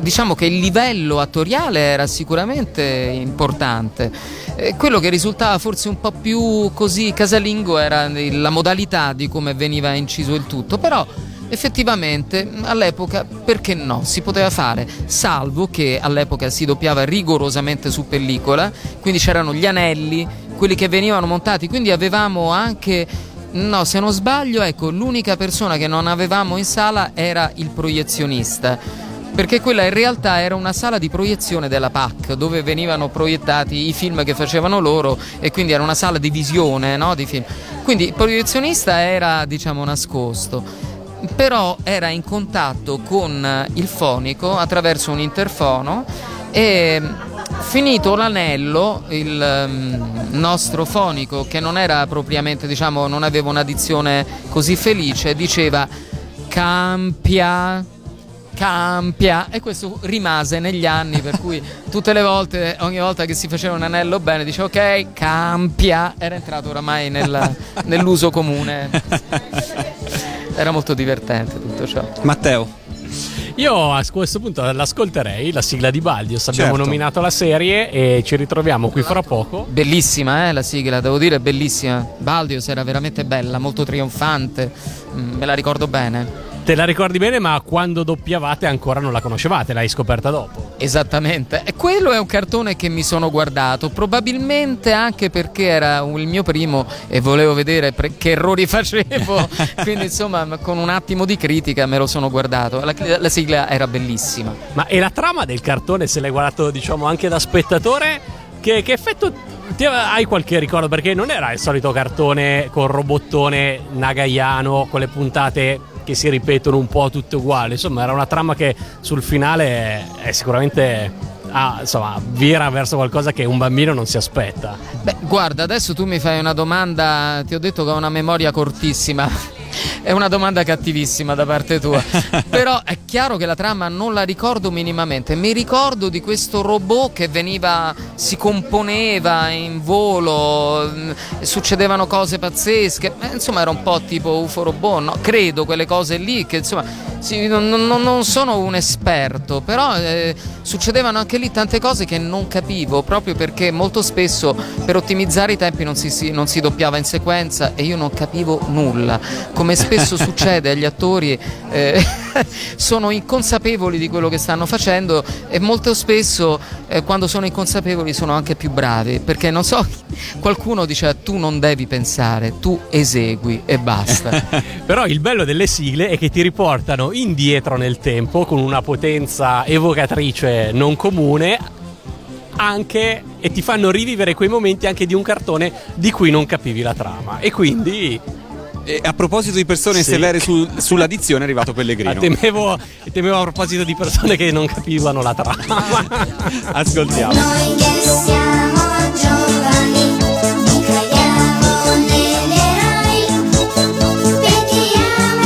Speaker 3: diciamo che il livello attoriale era sicuramente importante. Eh, quello che risultava forse un po' più così casalingo era la modalità di come veniva inciso il tutto, però effettivamente all'epoca perché no, si poteva fare, salvo che all'epoca si doppiava rigorosamente su pellicola, quindi c'erano gli anelli, quelli che venivano montati, quindi avevamo anche, no, se non sbaglio, ecco, l'unica persona che non avevamo in sala era il proiezionista, perché quella in realtà era una sala di proiezione della P A C dove venivano proiettati i film che facevano loro, e quindi era una sala di visione, no, di film. Quindi il proiezionista era, diciamo, nascosto, però era in contatto con il fonico attraverso un interfono, e finito l'anello il um, nostro fonico, che non era propriamente, diciamo, non aveva una dizione così felice, diceva campia campia, e questo rimase negli anni, per cui tutte le volte, ogni volta che si faceva un anello bene, dice ok, campia, era entrato oramai nel, nell'uso comune. Era molto divertente tutto ciò.
Speaker 2: Matteo?
Speaker 4: Io a questo punto l'ascolterei, la sigla di Baldius. Abbiamo
Speaker 2: Certo.
Speaker 4: nominato la serie e ci ritroviamo qui fra poco.
Speaker 3: Bellissima, eh, la sigla, devo dire, bellissima. Baldius era veramente bella, molto trionfante, mm, me la ricordo bene.
Speaker 4: Te la ricordi bene, ma quando doppiavate ancora non la conoscevate, l'hai scoperta dopo.
Speaker 3: Esattamente, e quello è un cartone che mi sono guardato, probabilmente anche perché era il mio primo e volevo vedere pre- che errori facevo, quindi insomma con un attimo di critica me lo sono guardato. La, la sigla era bellissima.
Speaker 4: Ma e la trama del cartone, se l'hai guardato, diciamo, anche da spettatore, che, che effetto ti hai qualche ricordo? Perché non era il solito cartone con robottone nagaiano con le puntate che si ripetono un po' tutte uguali, insomma era una trama che sul finale è, è sicuramente ah, insomma vira verso qualcosa che un bambino non si aspetta.
Speaker 3: Beh, guarda, adesso tu mi fai una domanda, ti ho detto che ho una memoria cortissima. È una domanda cattivissima da parte tua. Però è chiaro che la trama non la ricordo minimamente. Mi ricordo di questo robot che veniva, si componeva in volo, succedevano cose pazzesche. Eh, insomma, era un po' tipo U F O robot, no? Credo quelle cose lì che insomma. Sì, non, non, non sono un esperto, però eh, succedevano anche lì tante cose che non capivo, proprio perché molto spesso per ottimizzare i tempi non si, si, non si doppiava in sequenza e io non capivo nulla, come spesso succede agli attori, eh, sono inconsapevoli di quello che stanno facendo e molto spesso eh, quando sono inconsapevoli sono anche più bravi, perché non so, qualcuno dice tu non devi pensare, tu esegui e basta.
Speaker 4: Però il bello delle sigle è che ti riportano indietro nel tempo con una potenza evocatrice non comune anche, e ti fanno rivivere quei momenti anche di un cartone di cui non capivi la trama, e quindi
Speaker 2: E a proposito di persone
Speaker 4: Sì.
Speaker 2: severe su, sulla dizione è arrivato Pellegrino.
Speaker 4: ah, temevo, temevo a proposito di persone che non capivano la trama.
Speaker 2: Ascoltiamo.
Speaker 7: Noi che siamo giovani, creiamo negli eroi, pensiamo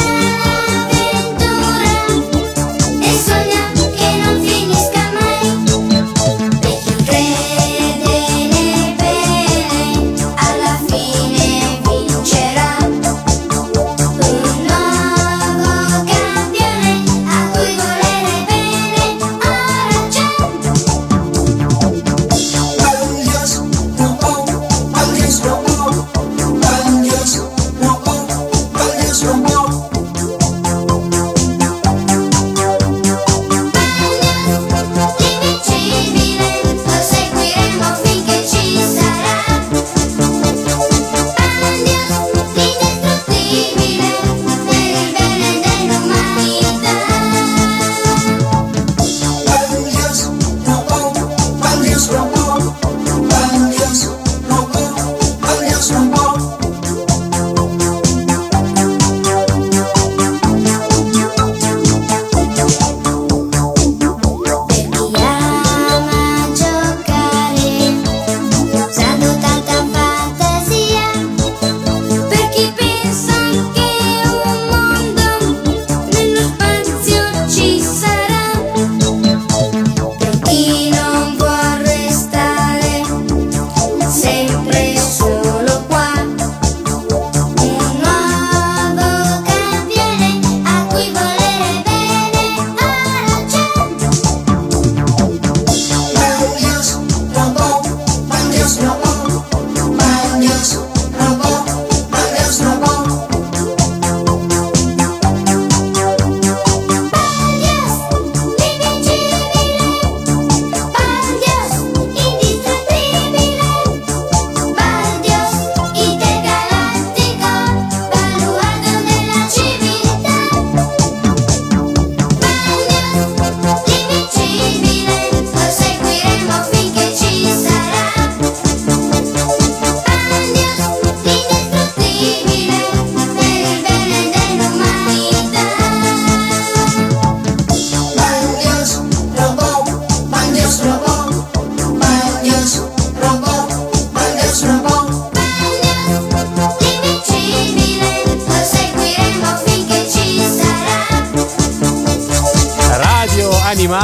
Speaker 7: all'avventura e sogniamo che non finisca mai. Per chi crede nel bene, alla fine vincerà. Un nuovo campione a cui volere bene, ora c'è.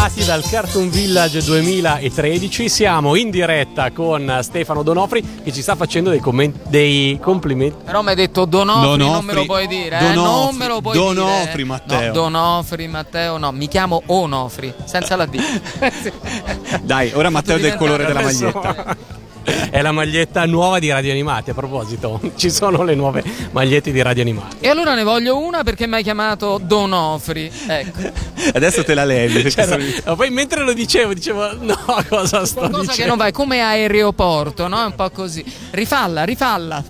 Speaker 4: Bentrovati dal Cartoon Village duemilatredici, siamo in diretta con Stefano Donofri che ci sta facendo dei, comment- dei complimenti.
Speaker 3: Però mi hai detto Donofri,
Speaker 2: Donofri,
Speaker 3: non me lo puoi dire, eh?
Speaker 2: Donofri,
Speaker 3: non me lo puoi
Speaker 2: Donofri,
Speaker 3: dire.
Speaker 2: Matteo.
Speaker 3: No, Donofri, Matteo, no, mi chiamo Onofri, senza la D.
Speaker 2: Dai, ora Matteo è del colore della
Speaker 4: Adesso-
Speaker 2: maglietta.
Speaker 4: È la maglietta nuova di Radio Animati. A proposito, ci sono le nuove magliette di Radio Animati.
Speaker 3: E allora ne voglio una perché mi hai chiamato Donofri. Ecco.
Speaker 2: Adesso te la levi. perché
Speaker 4: C'era-
Speaker 2: sono-
Speaker 4: Poi mentre lo dicevo, dicevo no, cosa sto
Speaker 3: Qualcosa
Speaker 4: dicendo?
Speaker 3: che non vai come aeroporto, no? È un po' così. Rifalla, rifalla.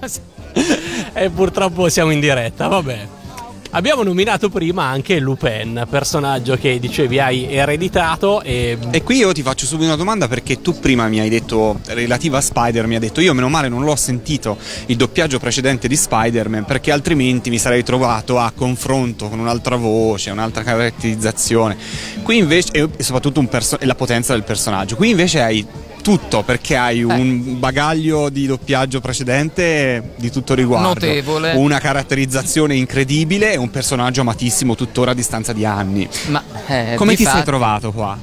Speaker 4: E purtroppo siamo in diretta, vabbè. Abbiamo nominato prima anche Lupin, personaggio che dicevi hai ereditato e...
Speaker 2: E qui io ti faccio subito una domanda, perché tu prima mi hai detto, relativa a Spider, mi hai detto io meno male non l'ho sentito il doppiaggio precedente di Spider-Man, perché altrimenti mi sarei trovato a confronto con un'altra voce, un'altra caratterizzazione. Qui invece, e soprattutto un perso- e la potenza del personaggio, qui invece hai tutto, perché hai un bagaglio di doppiaggio precedente di tutto riguardo,
Speaker 3: Notevole.
Speaker 2: una caratterizzazione incredibile e un personaggio amatissimo tuttora a distanza di anni.
Speaker 3: Ma eh,
Speaker 2: Come ti
Speaker 3: difatti-
Speaker 2: sei trovato qua?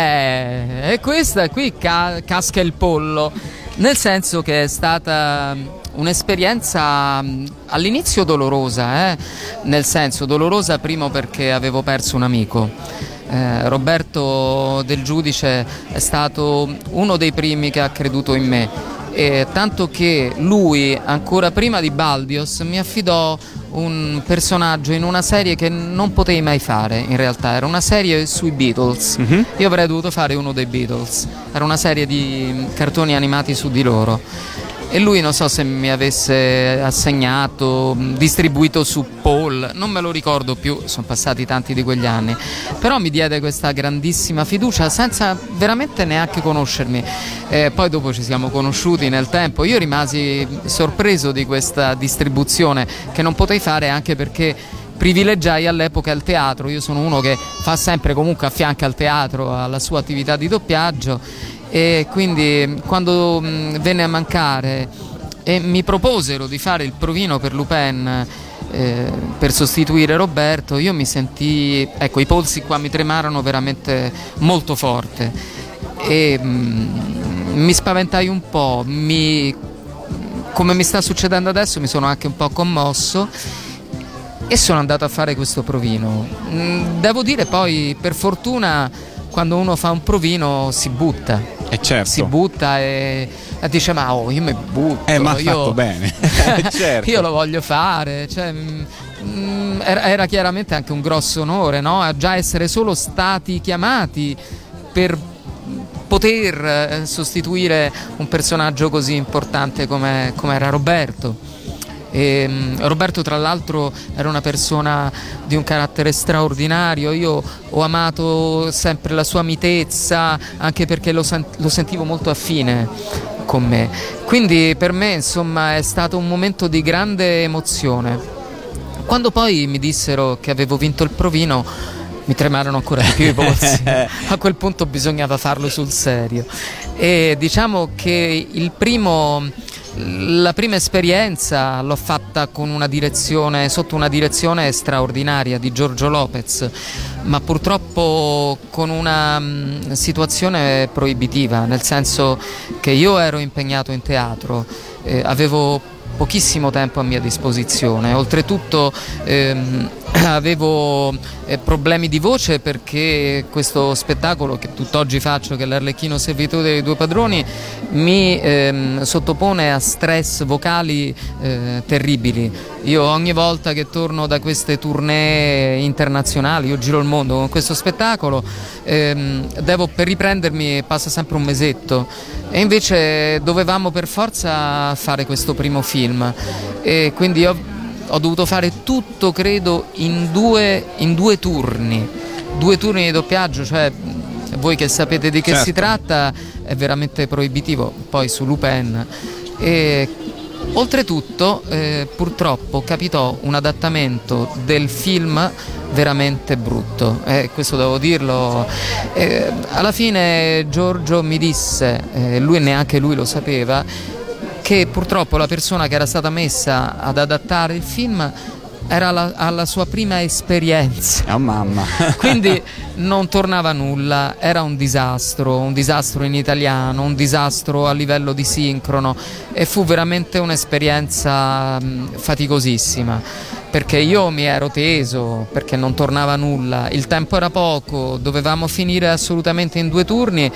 Speaker 3: Eh, e questa qui ca- casca il pollo, nel senso che è stata un'esperienza mh, all'inizio dolorosa, eh? Nel senso dolorosa primo perché avevo perso un amico. Eh, Roberto Del Giudice è stato uno dei primi che ha creduto in me, e tanto che lui ancora prima di Baldios mi affidò un personaggio in una serie che non potei mai fare. In realtà era una serie sui Beatles. Io avrei dovuto fare uno dei Beatles, era una serie di cartoni animati su di loro, e lui non so se mi avesse assegnato, distribuito su Paul, non me lo ricordo più, sono passati tanti di quegli anni, però mi diede questa grandissima fiducia senza veramente neanche conoscermi. Eh, poi dopo ci siamo conosciuti nel tempo, io rimasi sorpreso di questa distribuzione che non potei fare, anche perché privilegiai all'epoca il teatro. Io sono uno che fa sempre comunque a fianco al teatro, alla sua attività di doppiaggio, e quindi quando mh, venne a mancare e mi proposero di fare il provino per Lupin, eh, per sostituire Roberto, io mi sentii, ecco, i polsi qua mi tremarono veramente molto forte e mh, mi spaventai un po', mi, come mi sta succedendo adesso, mi sono anche un po' commosso e sono andato a fare questo provino. Mm, devo dire poi, per fortuna, quando uno fa un provino si butta.
Speaker 2: E certo.
Speaker 3: Si butta e e dice ma oh, io mi butto,
Speaker 2: Eh, ma ha
Speaker 3: io,
Speaker 2: fatto bene. Certo.
Speaker 3: io lo voglio fare, cioè, mm, era, era chiaramente anche un grosso onore, no? A già essere solo stati chiamati per poter eh, sostituire un personaggio così importante come, come era Roberto. E, um, Roberto tra l'altro era una persona di un carattere straordinario. Io ho amato sempre la sua mitezza, anche perché lo, sen- lo sentivo molto affine con me, quindi per me insomma è stato un momento di grande emozione. Quando poi mi dissero che avevo vinto il provino mi tremarono ancora di più i polsi. A quel punto bisognava farlo sul serio, e diciamo che il primo La prima esperienza l'ho fatta con una direzione, sotto una direzione straordinaria di Giorgio Lopez, ma purtroppo con una mh, situazione proibitiva, nel senso che io ero impegnato in teatro, eh, avevo pochissimo tempo a mia disposizione, oltretutto ehm, avevo eh, problemi di voce, perché questo spettacolo che tutt'oggi faccio, che è l'Arlecchino servitore dei due padroni, mi ehm, sottopone a stress vocali eh, terribili. Io ogni volta che torno da queste tournée internazionali, io giro il mondo con questo spettacolo, ehm, devo, per riprendermi passa sempre un mesetto, e invece dovevamo per forza fare questo primo film, e quindi ho ho dovuto fare tutto, credo, in due, in due turni, due turni di doppiaggio, cioè voi che sapete di che
Speaker 2: Certo.
Speaker 3: si tratta, è veramente proibitivo, poi su Lupin. E oltretutto eh, purtroppo capitò un adattamento del film veramente brutto, eh, questo devo dirlo. Eh, alla fine Giorgio mi disse, eh, lui neanche lui lo sapeva, che purtroppo la persona che era stata messa ad adattare il film era alla, alla sua prima esperienza.
Speaker 2: Oh mamma.
Speaker 3: Quindi non tornava nulla, era un disastro, un disastro in italiano, un disastro a livello di sincrono, e fu veramente un'esperienza mh, faticosissima, perché io mi ero teso, perché non tornava nulla, il tempo era poco, dovevamo finire assolutamente in due turni.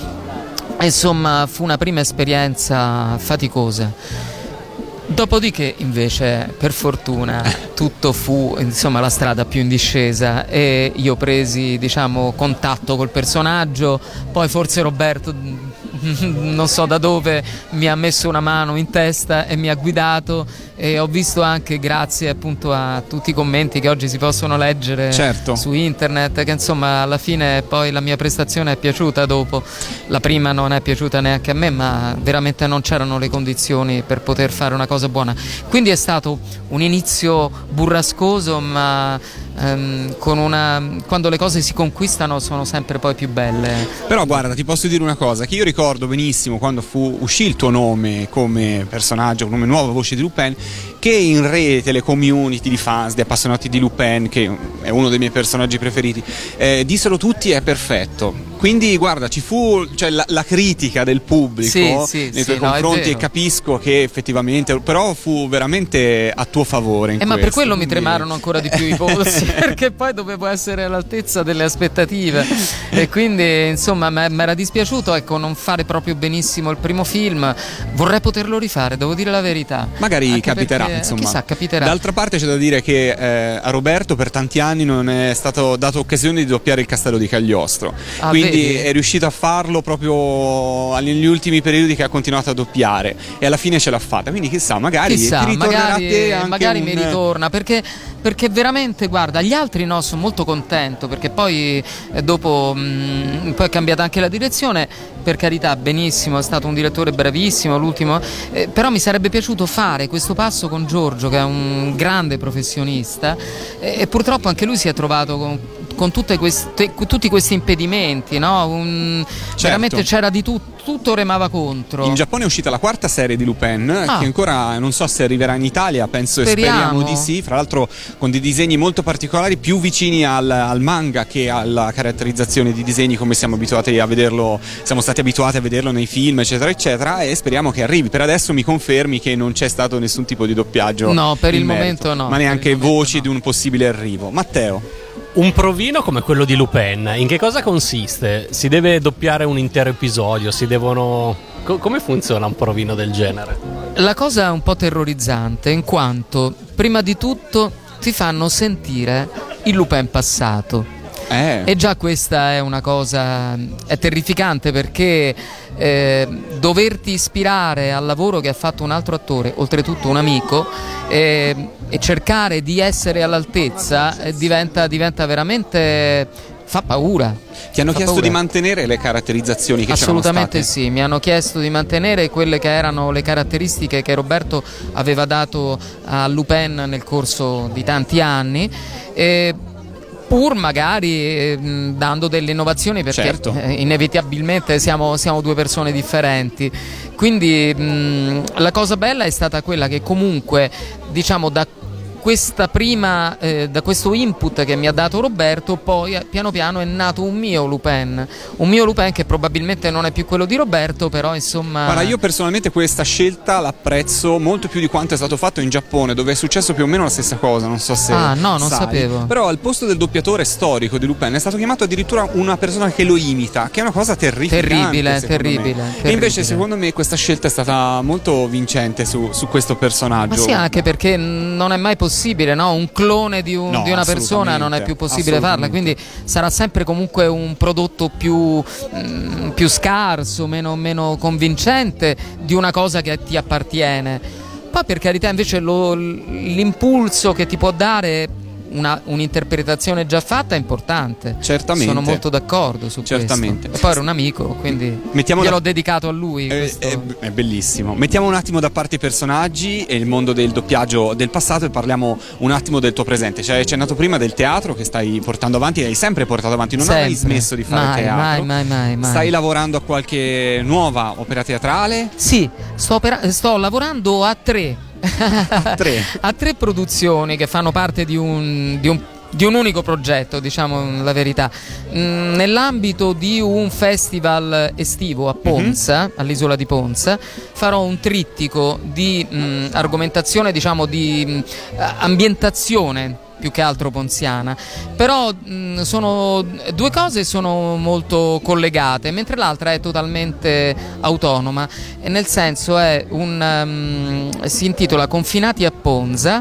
Speaker 3: Insomma, fu una prima esperienza faticosa. Dopodiché, invece, per fortuna, tutto fu, insomma, la strada più in discesa, e io presi, diciamo, contatto col personaggio. Poi forse Roberto, non so da dove, mi ha messo una mano in testa e mi ha guidato, e ho visto anche, grazie appunto a tutti i commenti che oggi si possono leggere,
Speaker 2: certo,
Speaker 3: su internet, che insomma alla fine poi la mia prestazione è piaciuta dopo. La prima non è piaciuta neanche a me, ma veramente non c'erano le condizioni per poter fare una cosa buona. Quindi è stato un inizio burrascoso, ma ehm, con una, quando le cose si conquistano sono sempre poi più belle.
Speaker 2: Però guarda, ti posso dire una cosa, che io ricordo benissimo quando fu uscì il tuo nome come personaggio, come nuova voce di Lupin, che in rete le community di fans, di appassionati di Lupin, che è uno dei miei personaggi preferiti, eh, dissero tutti è perfetto. Quindi guarda, ci fu, cioè, la, la critica del pubblico,
Speaker 3: sì, sì,
Speaker 2: nei
Speaker 3: sì,
Speaker 2: tuoi
Speaker 3: no,
Speaker 2: confronti, e capisco che effettivamente, però fu veramente a tuo favore in
Speaker 3: eh, ma per
Speaker 2: questo,
Speaker 3: quello
Speaker 2: quindi...
Speaker 3: mi tremarono ancora di più i polsi, perché poi dovevo essere all'altezza delle aspettative, e quindi insomma mi era dispiaciuto, ecco, non fare proprio benissimo il primo film. Vorrei poterlo rifare, devo dire la verità.
Speaker 2: Magari
Speaker 3: Anche
Speaker 2: capiterà,
Speaker 3: perché,
Speaker 2: insomma.
Speaker 3: Chissà, capiterà.
Speaker 2: D'altra parte c'è da dire che eh, a Roberto per tanti anni non è stato dato occasione di doppiare il Castello di Cagliostro,
Speaker 3: Ah,
Speaker 2: quindi
Speaker 3: vedi?
Speaker 2: è riuscito a farlo proprio negli ultimi periodi, che ha continuato a doppiare, e alla fine ce l'ha fatta. Quindi chissà, magari
Speaker 3: Chissà,
Speaker 2: ti ritornerà
Speaker 3: magari,
Speaker 2: a te anche
Speaker 3: magari
Speaker 2: un...
Speaker 3: mi ritorna, perché, perché veramente, guarda, gli altri no, sono molto contento, perché poi eh, dopo mh, poi è cambiata anche la direzione, per carità, benissimo, è stato un direttore bravissimo, l'ultimo, eh, però mi sarebbe piaciuto fare questo passo con Giorgio, che è un grande professionista, eh, e purtroppo anche lui si è trovato con, con tutte queste, tutti questi impedimenti, no? Un,
Speaker 2: Certo.
Speaker 3: Veramente c'era di tutto, tutto remava contro.
Speaker 2: In Giappone è uscita la quarta serie di Lupin,
Speaker 3: Ah.
Speaker 2: che ancora non so se arriverà in Italia, penso e
Speaker 3: Speriamo.
Speaker 2: speriamo di sì, fra l'altro con dei disegni molto particolari, più vicini al, al manga che alla caratterizzazione di disegni come siamo abituati a vederlo, siamo stati abituati a vederlo nei film, eccetera eccetera, e speriamo che arrivi. Per adesso mi confermi che non c'è stato nessun tipo di doppiaggio?
Speaker 3: No, per
Speaker 2: in
Speaker 3: il
Speaker 2: merito,
Speaker 3: momento no,
Speaker 2: ma
Speaker 3: per
Speaker 2: neanche
Speaker 3: il momento
Speaker 2: voci
Speaker 3: no.
Speaker 2: di un possibile arrivo. Matteo,
Speaker 4: Un provino come quello di Lupin, in che cosa consiste? Si deve doppiare un intero episodio? Si devono... Co- come funziona un provino del genere?
Speaker 3: La cosa è un po' terrorizzante, in quanto prima di tutto ti fanno sentire il Lupin passato.
Speaker 2: eh,
Speaker 3: E già questa è una cosa, è terrificante, perché eh, doverti ispirare al lavoro che ha fatto un altro attore, oltretutto un amico, eh, e cercare di essere all'altezza, eh, diventa, diventa veramente... fa paura.
Speaker 2: ti hanno
Speaker 3: Fa
Speaker 2: chiesto
Speaker 3: paura.
Speaker 2: di mantenere le caratterizzazioni che
Speaker 3: Assolutamente
Speaker 2: c'erano state?
Speaker 3: sì, mi hanno chiesto di mantenere quelle che erano le caratteristiche che Roberto aveva dato a Lupin nel corso di tanti anni, e pur magari eh, mh, dando delle innovazioni, perché
Speaker 2: Certo.
Speaker 3: eh, inevitabilmente siamo, siamo due persone differenti. Quindi mh, la cosa bella è stata quella che comunque, diciamo, da questa prima, eh, da questo input che mi ha dato Roberto, poi eh, piano piano è nato un mio Lupin, un mio Lupin che probabilmente non è più quello di Roberto, però insomma...
Speaker 2: Guarda, io personalmente questa scelta l'apprezzo molto più di quanto è stato fatto in Giappone, dove è successo più o meno la stessa cosa, non so se
Speaker 3: Ah, no, non
Speaker 2: sai.
Speaker 3: sapevo.
Speaker 2: Però al posto del doppiatore storico di Lupin è stato chiamato addirittura una persona che lo imita, che è una cosa terrificante.
Speaker 3: Terribile,
Speaker 2: secondo
Speaker 3: terribile,
Speaker 2: me.
Speaker 3: terribile.
Speaker 2: E invece secondo me questa scelta è stata molto vincente su, su questo personaggio.
Speaker 3: Ma sì, anche perché non è mai possibile, no? Un clone di, un-
Speaker 2: No,
Speaker 3: di una persona non è più possibile farla,
Speaker 2: assolutamente.
Speaker 3: quindi sarà sempre comunque un prodotto più, mm, più scarso, meno, meno convincente di una cosa che ti appartiene. Poi per carità invece lo- l'impulso che ti può dare una- un'interpretazione già fatta è importante.
Speaker 2: Certamente.
Speaker 3: Sono molto d'accordo su
Speaker 2: Certamente.
Speaker 3: questo. E poi era un amico, quindi
Speaker 2: Mettiamo
Speaker 3: gliel'ho
Speaker 2: da-
Speaker 3: dedicato a lui.
Speaker 2: È,
Speaker 3: questo.
Speaker 2: è- è bellissimo. Mettiamo un attimo da parte i personaggi e il mondo del doppiaggio del passato e parliamo un attimo del tuo presente. Cioè, hai accennato prima del teatro che stai portando avanti, e hai sempre portato avanti, non hai mai
Speaker 3: Sempre.
Speaker 2: smesso di fare
Speaker 3: Mai,
Speaker 2: teatro.
Speaker 3: mai, mai, mai, mai.
Speaker 2: Stai lavorando a qualche nuova opera teatrale?
Speaker 3: Sì, sto, opera- sto lavorando a tre
Speaker 2: A tre.
Speaker 3: a tre produzioni che fanno parte di un, di un di un unico progetto, diciamo la verità, mm, nell'ambito di un festival estivo a Ponza, mm-hmm. all'isola di Ponza, farò un trittico di mm, argomentazione, diciamo di mm, ambientazione più che altro ponziana, però mh, sono due cose sono molto collegate, mentre l'altra è totalmente autonoma, e nel senso è un um, si intitola Confinati a Ponza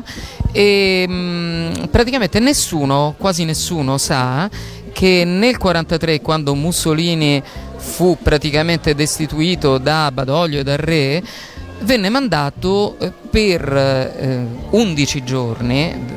Speaker 3: e mh, praticamente nessuno, quasi nessuno sa che nel quarantatré, quando Mussolini fu praticamente destituito da Badoglio e dal re, venne mandato per eh, undici giorni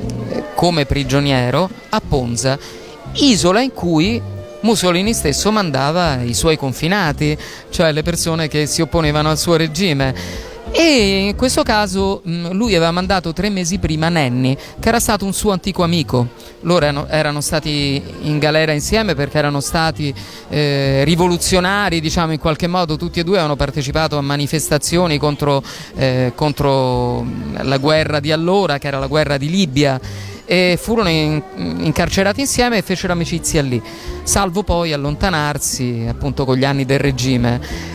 Speaker 3: come prigioniero a Ponza, isola in cui Mussolini stesso mandava i suoi confinati, cioè le persone che si opponevano al suo regime. E in questo caso mh, lui aveva mandato tre mesi prima Nenni, che era stato un suo antico amico. Loro erano, erano stati in galera insieme perché erano stati eh, rivoluzionari, diciamo in qualche modo. Tutti e due avevano partecipato a manifestazioni contro, eh, contro la guerra di allora, che era la guerra di Libia, e furono in, incarcerati insieme e fecero amicizia lì, salvo poi allontanarsi appunto con gli anni del regime.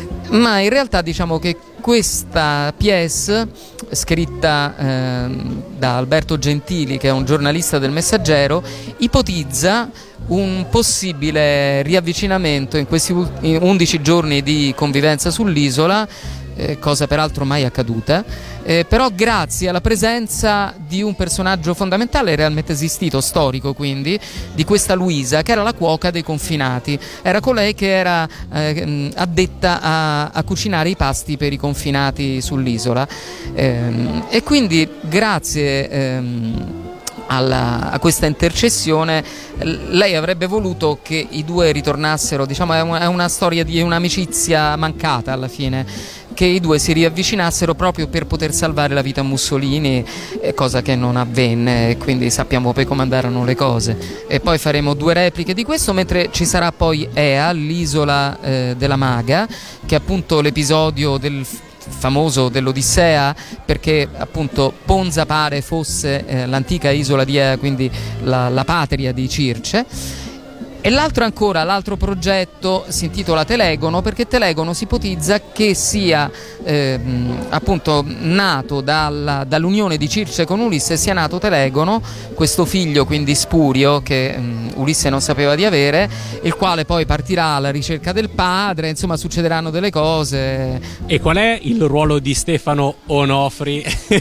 Speaker 3: Ma in realtà diciamo che questa pièce, scritta eh, da Alberto Gentili, che è un giornalista del Messaggero, ipotizza un possibile riavvicinamento in questi undici giorni di convivenza sull'isola, eh, cosa peraltro mai accaduta, eh, però grazie alla presenza di un personaggio fondamentale realmente esistito, storico quindi, di questa Luisa, che era la cuoca dei confinati. Era colei che era eh, addetta a, a cucinare i pasti per i confinati sull'isola, eh, e quindi grazie ehm, Alla, a questa intercessione lei avrebbe voluto che i due ritornassero, diciamo è una, è una storia di un'amicizia mancata alla fine, che i due si riavvicinassero proprio per poter salvare la vita a Mussolini, eh, cosa che non avvenne, e quindi sappiamo poi come andarono le cose. E poi faremo due repliche di questo, mentre ci sarà poi Ea, l'isola eh, della maga, che è appunto l'episodio del famoso dell'Odissea, perché appunto Ponza pare fosse eh, l'antica isola di Ea, quindi la, la patria di Circe. E l'altro ancora, l'altro progetto si intitola Telegono, perché Telegono si ipotizza che sia eh, appunto nato dalla, dall'unione di Circe con Ulisse, sia nato Telegono, questo figlio quindi spurio che um, Ulisse non sapeva di avere, il quale poi partirà alla ricerca del padre, insomma succederanno delle cose.
Speaker 4: E qual è il ruolo di Stefano Onofri,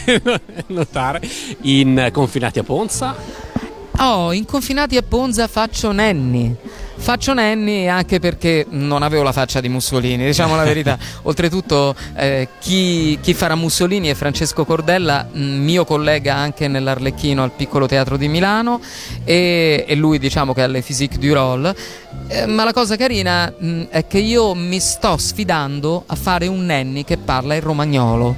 Speaker 4: notare, in Confinati a Ponza?
Speaker 3: Oh, in Confinati a Ponza faccio Nenni. Faccio Nenni anche perché non avevo la faccia di Mussolini, diciamo la verità. Oltretutto eh, chi, chi farà Mussolini è Francesco Cordella, mio collega anche nell'Arlecchino al Piccolo Teatro di Milano, e, e lui diciamo che ha le physique du rôle. Eh, ma la cosa carina mh, è che io mi sto sfidando a fare un Nenni che parla il romagnolo.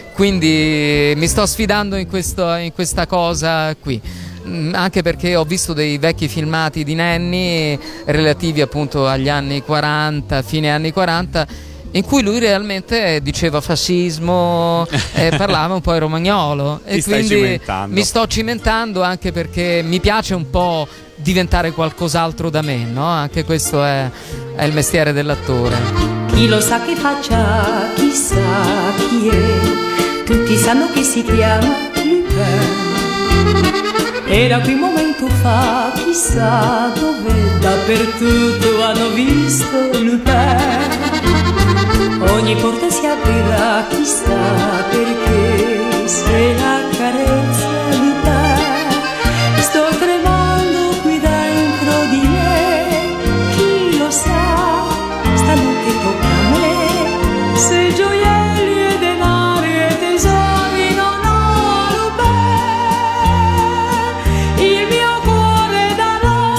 Speaker 3: Quindi mi sto sfidando in, questo, in questa cosa qui. Anche perché ho visto dei vecchi filmati di Nenni relativi appunto agli anni quaranta, fine anni quaranta, in cui lui realmente diceva fascismo e parlava un po' il romagnolo.
Speaker 2: Ti
Speaker 3: e
Speaker 2: stai
Speaker 3: quindi
Speaker 2: cimentando.
Speaker 3: mi sto cimentando, anche perché mi piace un po' diventare qualcos'altro da me, no? Anche questo è, è il mestiere dell'attore.
Speaker 8: Chi lo sa che faccia, chissà chi è, tutti sanno che si chiama Lupin. Era qui un momento fa, chissà dove, dappertutto hanno visto Lupin. Ogni porta si aprirà, chissà perché, se la carezza Lupin. Sto tremando qui dentro di me, chi lo sa, stanotte tocca a me, se gioielli e denari e tesori non ho Lupin, il mio cuore darò.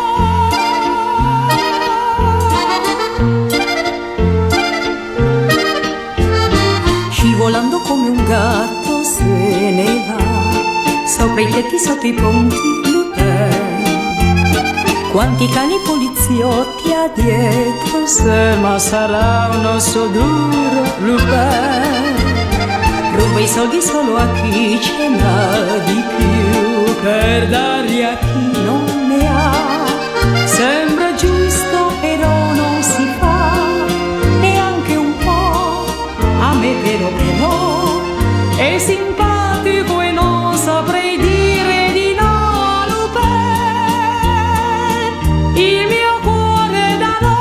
Speaker 8: Scivolando come un gatto se ne va, sopra i tetti, sotto i ponti, Lupin. Quanti cani poliziotti ha dietro sé, ma sarà un osso duro, Lupin. Ruba i soldi solo a chi ce n'ha di più, per darli a chi non ne ha. Sembra giusto però non si fa, neanche un po'. A me però però è simpatico e non saprei dire di no, Lupe. Il mio cuore da no.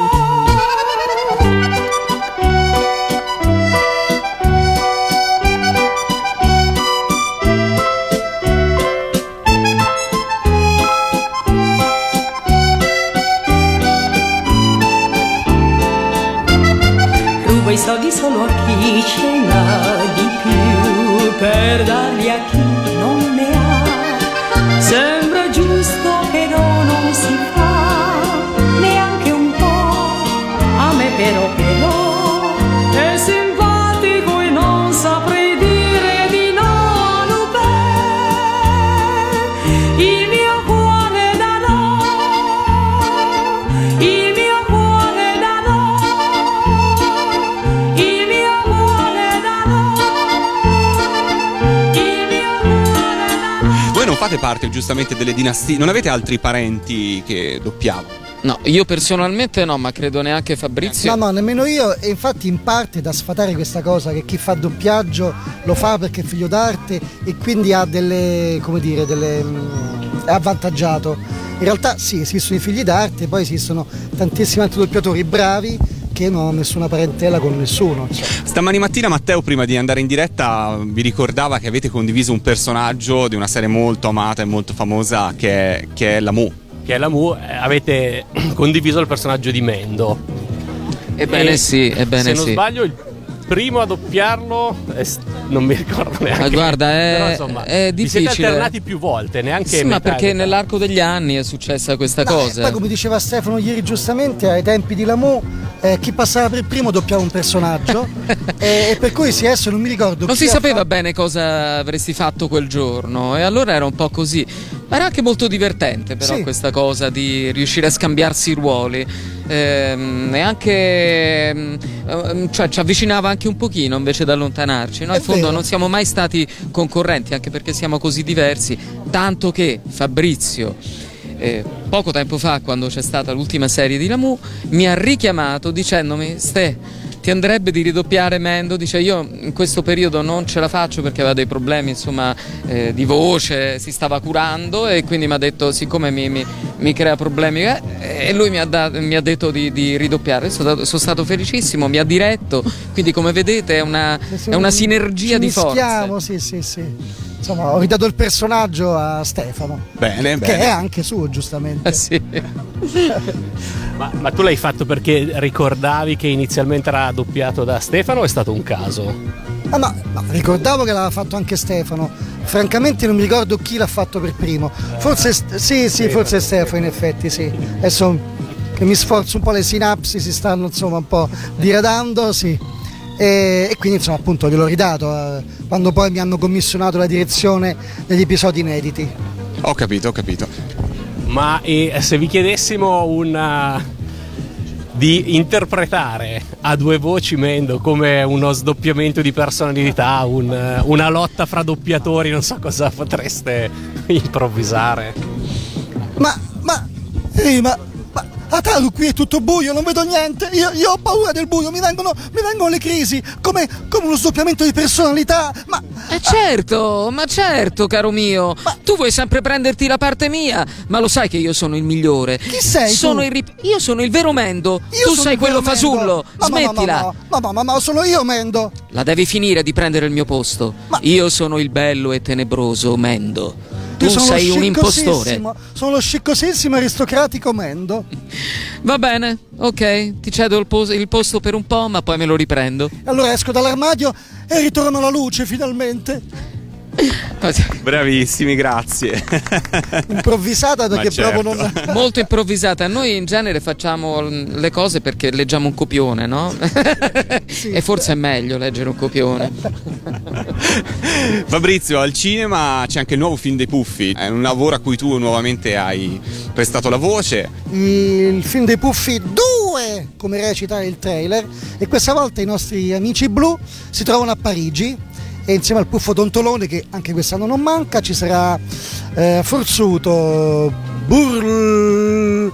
Speaker 8: Ruba i soldi solo a chi ce n'ha di più, per darli a chi non ne ha. Sembra giusto però non si fa, neanche un po'. A me però però è simpatico e non saprei dire di no, Lupe. Il mio cuore da no, il mio cuore da no, il mio cuore da no, il mio cuore da no.
Speaker 2: Voi non fate parte giustamente delle dinastie, non avete altri parenti che doppiavano?
Speaker 3: No, io personalmente no, ma credo neanche Fabrizio.
Speaker 9: No, no, nemmeno io, e infatti in parte da sfatare questa cosa che chi fa doppiaggio lo fa perché è figlio d'arte e quindi ha delle, come dire, delle, mh, è avvantaggiato. In realtà sì, esistono i figli d'arte, poi esistono tantissimi altri doppiatori bravi che non hanno nessuna parentela con nessuno. Cioè.
Speaker 2: Stamani mattina Matteo, prima di andare in diretta, vi ricordava che avete condiviso un personaggio di una serie molto amata e molto famosa che è, che è la Mu.
Speaker 4: Che è la Mu, eh, avete condiviso il personaggio di Mendo.
Speaker 3: Ebbene
Speaker 4: E
Speaker 3: sì, ebbene
Speaker 4: se non
Speaker 3: sì.
Speaker 4: sbaglio, il primo a doppiarlo è st- non mi ricordo neanche.
Speaker 3: Ma guarda, è,
Speaker 4: Però, insomma,
Speaker 3: è
Speaker 4: vi siete
Speaker 3: difficile.
Speaker 4: alternati più volte, neanche
Speaker 3: Sì, ma
Speaker 4: metà
Speaker 3: perché
Speaker 4: metà.
Speaker 3: nell'arco degli anni è successa questa
Speaker 9: No, e
Speaker 3: cosa.
Speaker 9: poi come diceva Stefano ieri giustamente, ai tempi di Lamu eh, chi passava per primo doppiava un personaggio e, e per cui sì, adesso non mi ricordo
Speaker 3: Non
Speaker 9: chi
Speaker 3: si
Speaker 9: ha
Speaker 3: sapeva
Speaker 9: fatto-
Speaker 3: bene cosa avresti fatto quel giorno e allora era un po' così. Ma era anche molto divertente però
Speaker 9: Sì.
Speaker 3: questa cosa di riuscire a scambiarsi i ruoli. Ehm, e anche ehm, cioè ci avvicinava anche un pochino invece di allontanarci. Noi
Speaker 9: È
Speaker 3: in fondo
Speaker 9: vero.
Speaker 3: non siamo mai stati concorrenti anche perché siamo così diversi, tanto che Fabrizio eh, poco tempo fa, quando c'è stata l'ultima serie di Lamu, mi ha richiamato dicendomi: Ste, ti andrebbe di ridoppiare Mendo? Dice, io in questo periodo non ce la faccio perché aveva dei problemi insomma eh, di voce, si stava curando e quindi mi ha detto, siccome mi, mi, mi crea problemi eh, e lui mi ha, da- mi ha detto di, di ridoppiare. Sono, sono stato felicissimo, mi ha diretto, quindi come vedete è una, è una sinergia
Speaker 9: ci
Speaker 3: di forze.
Speaker 9: mischiamo, sì, sì, sì. Insomma, ho ridato il personaggio a Stefano,
Speaker 2: Bene,
Speaker 9: che
Speaker 2: bene.
Speaker 9: è anche suo, giustamente.
Speaker 3: Eh sì.
Speaker 4: Ma, ma tu l'hai fatto perché ricordavi che inizialmente era doppiato da Stefano o è stato un caso?
Speaker 9: Ah, ma, ma ricordavo che l'aveva fatto anche Stefano. Francamente non mi ricordo chi l'ha fatto per primo. Forse sì, sì, forse Stefano in effetti, sì. Adesso che mi sforzo un po', le sinapsi si stanno insomma un po' diradando, sì. E, e quindi insomma appunto gliel'ho ridato eh, quando poi mi hanno commissionato la direzione degli episodi inediti.
Speaker 2: Ho capito, ho capito.
Speaker 4: Ma e se vi chiedessimo una di interpretare a due voci Mendo come uno sdoppiamento di personalità, un- una lotta fra doppiatori, non so cosa potreste improvvisare.
Speaker 9: Ma, ma, ehi, ma, ma Ataru, qui è tutto buio, non vedo niente. Io, io ho paura del buio, mi vengono, mi vengono le crisi, come, come uno sdoppiamento di personalità. Ma
Speaker 3: Eh certo, ma certo, caro mio. Tu vuoi sempre prenderti la parte mia, ma lo sai che io sono il migliore.
Speaker 9: Chi sei tu?
Speaker 3: Sono il rip- io sono il vero Mendo.
Speaker 9: io
Speaker 3: tu
Speaker 9: sono
Speaker 3: sei
Speaker 9: il
Speaker 3: quello
Speaker 9: vero
Speaker 3: fasullo.
Speaker 9: Mendo. Ma, ma,
Speaker 3: Smettila.
Speaker 9: Ma, ma, ma, ma, ma, ma sono io Mendo.
Speaker 3: La devi finire di prendere il mio posto.
Speaker 9: Ma-
Speaker 3: Io sono il bello e tenebroso Mendo. Tu
Speaker 9: Io sono
Speaker 3: sei
Speaker 9: lo
Speaker 3: un impostore.
Speaker 9: sciccosissimo- Sono lo sciccosissimo aristocratico Mendo.
Speaker 3: Va bene, ok, ti cedo il, pos- il posto per un po', ma poi me lo riprendo.
Speaker 9: Allora esco dall'armadio e ritorno alla luce finalmente.
Speaker 2: Bravissimi, grazie.
Speaker 9: Improvvisata perché
Speaker 2: Ma certo.
Speaker 9: proprio non.
Speaker 3: Molto improvvisata. Noi in genere facciamo l- le cose perché leggiamo un copione, no? E forse è meglio leggere un copione.
Speaker 2: Fabrizio, al cinema c'è anche il nuovo film dei Puffi. È un lavoro a cui tu nuovamente hai prestato la voce.
Speaker 9: Il film dei Puffi due, come recita il trailer, e questa volta i nostri amici blu si trovano a Parigi e insieme al Puffo Tontolone, che anche quest'anno non manca, ci sarà eh, Forzuto, Burl...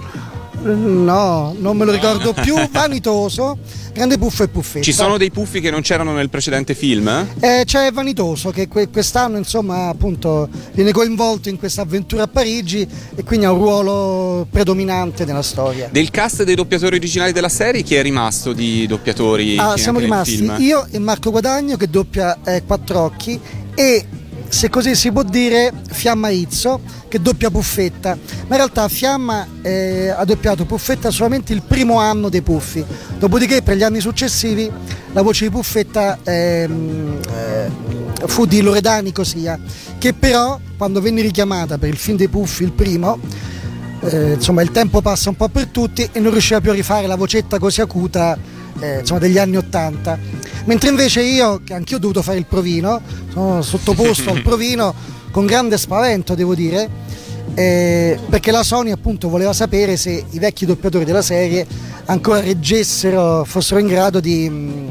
Speaker 9: no, non me lo ricordo più, Vanitoso, Grande Puffo e Puffetta.
Speaker 2: Ci sono dei puffi che non c'erano nel precedente film?
Speaker 9: Eh, c'è Vanitoso che que- quest'anno insomma appunto viene coinvolto in questa avventura a Parigi e quindi ha un ruolo predominante nella storia.
Speaker 2: Del cast dei doppiatori originali della serie, chi è rimasto di doppiatori?
Speaker 9: Ah,
Speaker 2: anche
Speaker 9: siamo
Speaker 2: nel
Speaker 9: rimasti
Speaker 2: film?
Speaker 9: io e Marco Guadagno che doppia eh, Quattrocchi e, se così si può dire, Fiamma Izzo che doppia Puffetta, ma in realtà Fiamma eh, ha doppiato Puffetta solamente il primo anno dei Puffi, dopodiché per gli anni successivi la voce di Puffetta ehm, eh, fu di Loredani Cosia, che però quando venne richiamata per il film dei Puffi, il primo, eh, insomma il tempo passa un po' per tutti e non riusciva più a rifare la vocetta così acuta eh, insomma degli anni Ottanta, mentre invece io, che anch'io ho dovuto fare il provino, sono sottoposto al provino con grande spavento, devo dire, eh, perché la Sony appunto voleva sapere se i vecchi doppiatori della serie ancora reggessero, fossero in grado di mh,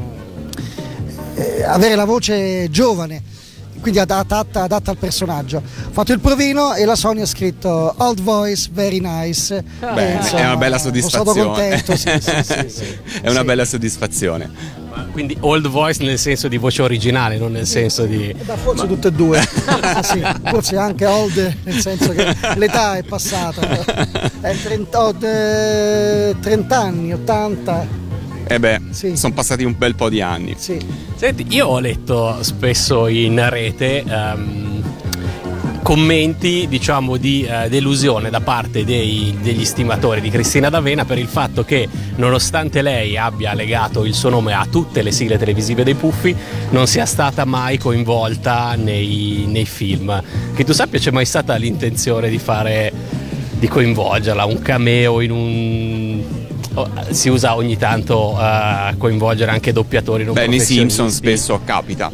Speaker 9: eh, avere la voce giovane, quindi adatta, adatta al personaggio. Ho fatto il provino e la Sony ha scritto old voice, very nice.
Speaker 2: Beh,
Speaker 9: e, insomma,
Speaker 2: è una bella soddisfazione.
Speaker 9: Sono stato contento, sì, sì, sì, sì.
Speaker 2: È una
Speaker 9: Sì.
Speaker 2: bella soddisfazione.
Speaker 4: Quindi old voice nel senso di voce originale, non nel senso di...
Speaker 9: Da forse tutte e due. Ah, sì, forse anche old, nel senso che l'età è passata. È trenta, oh, eh, trenta anni, ottanta.
Speaker 2: Eh beh,
Speaker 9: Sì.
Speaker 2: sono passati un bel po' di anni.
Speaker 9: Sì.
Speaker 4: Senti, io ho letto spesso in rete ehm, commenti, diciamo, di eh, delusione da parte dei- degli stimatori di Cristina D'Avena per il fatto che, nonostante lei abbia legato il suo nome a tutte le sigle televisive dei Puffi, non sia stata mai coinvolta nei, nei film. Che tu sappia, c'è mai stata l'intenzione di fare, di coinvolgerla, un cameo in un... oh, si usa ogni tanto eh, coinvolgere anche doppiatori non
Speaker 2: Beh, nei
Speaker 4: professionisti.
Speaker 2: Simpson spesso capita.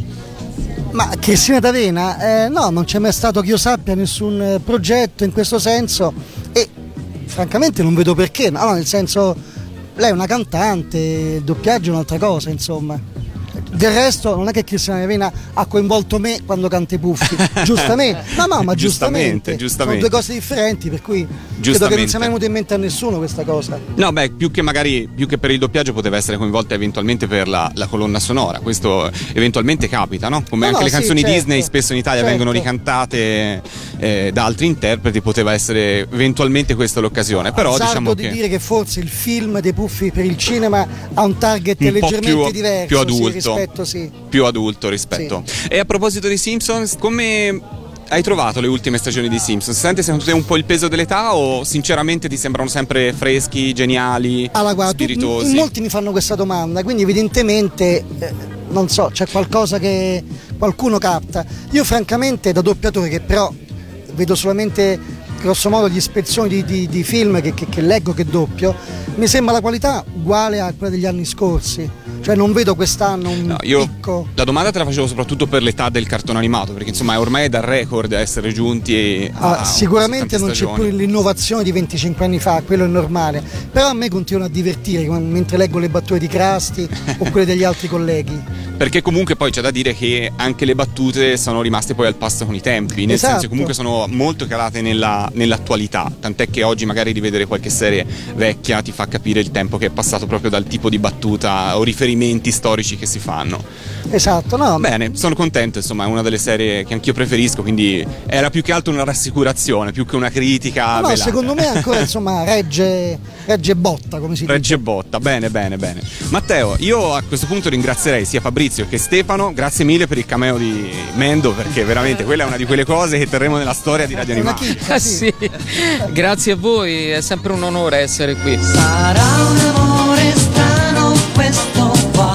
Speaker 9: Ma Cristina D'Avena, eh, no, non c'è mai stato che io sappia nessun eh, progetto in questo senso e francamente non vedo perché, no, nel senso lei è una cantante, il doppiaggio è un'altra cosa, insomma. Del resto non è che Cristina D'Avena ha coinvolto me quando canta i Puffi, giustamente. No, no, ma
Speaker 2: Giustamente,
Speaker 9: giustamente,
Speaker 2: giustamente.
Speaker 9: sono due cose differenti, per cui credo che non
Speaker 2: Giustamente.
Speaker 9: sia mai venuto in mente a nessuno questa cosa.
Speaker 2: No, beh, più che magari, più che per il doppiaggio poteva essere coinvolta eventualmente per la, la colonna sonora. Questo eventualmente capita, no? Come
Speaker 9: No,
Speaker 2: anche
Speaker 9: no,
Speaker 2: le
Speaker 9: sì,
Speaker 2: canzoni
Speaker 9: certo,
Speaker 2: Disney spesso in Italia
Speaker 9: certo.
Speaker 2: vengono ricantate eh, da altri interpreti, poteva essere eventualmente questa l'occasione. Però
Speaker 9: Azzardo
Speaker 2: diciamo
Speaker 9: di
Speaker 2: che
Speaker 9: dire che forse il film dei Puffi per il cinema ha un target
Speaker 2: Un po'
Speaker 9: leggermente
Speaker 2: più-
Speaker 9: diverso,
Speaker 2: più
Speaker 9: sì,
Speaker 2: adulto.
Speaker 9: rispetto, sì.
Speaker 2: più adulto rispetto. E a proposito dei Simpsons, come hai trovato le ultime stagioni di Simpsons? Senti secondo te un po' il peso dell'età o sinceramente ti sembrano sempre freschi, geniali,
Speaker 9: Allora, guarda, tu-
Speaker 2: spiritosi?
Speaker 9: in molti mi fanno questa domanda, quindi evidentemente, eh, non so, c'è qualcosa che qualcuno capta. Io francamente da doppiatore, che però vedo solamente grosso modo gli spezzoni di, di- di film che, che- che leggo, che doppio, mi sembra la qualità uguale a quella degli anni scorsi. Cioè non vedo quest'anno un
Speaker 2: No, io
Speaker 9: picco.
Speaker 2: la domanda te la facevo soprattutto per l'età del cartone animato, perché insomma è ormai dal record a essere giunti a
Speaker 9: Ah, sicuramente
Speaker 2: così
Speaker 9: non
Speaker 2: tante
Speaker 9: c'è
Speaker 2: stagioni.
Speaker 9: più l'innovazione di venticinque anni fa, quello è normale, però a me continuano a divertire mentre leggo le battute di Krusty o quelle degli altri colleghi.
Speaker 2: Perché comunque poi c'è da dire che anche le battute sono rimaste poi al passo con i tempi, nel
Speaker 9: Esatto.
Speaker 2: senso che comunque sono molto calate nella- nell'attualità, tant'è che oggi magari rivedere qualche serie vecchia ti fa capire il tempo che è passato proprio dal tipo di battuta o riferimenti storici che si fanno.
Speaker 9: Esatto, no?
Speaker 2: Bene, sono contento, insomma è una delle serie che anch'io preferisco, quindi era più che altro una rassicurazione, più che una critica
Speaker 9: No,
Speaker 2: velata.
Speaker 9: secondo me ancora insomma regge, regge botta, come si dice.
Speaker 2: Regge botta, bene, bene, bene. Matteo, io a questo punto ringrazierei sia Fabrizio che Stefano, grazie mille per il cameo di Mendo, perché veramente quella è una di quelle cose che terremo nella storia di Radio
Speaker 9: È una
Speaker 2: Animati.
Speaker 9: chicca,
Speaker 3: Ah,
Speaker 9: sì.
Speaker 3: sì. Grazie a voi, è sempre un onore essere qui.
Speaker 10: Sarà un amore strano questo qua,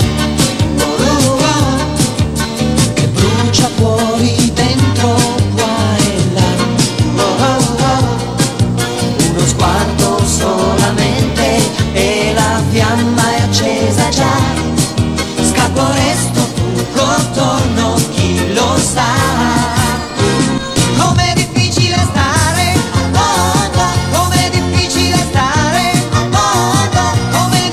Speaker 10: oh, oh, che brucia fuori dentro qua e là, oh, oh, oh. Uno sguardo solamente e la fiamma è accesa già, scappo resto tutto torno, chi lo sa. Com'è difficile stare al mondo, com'è difficile stare al mondo, com'è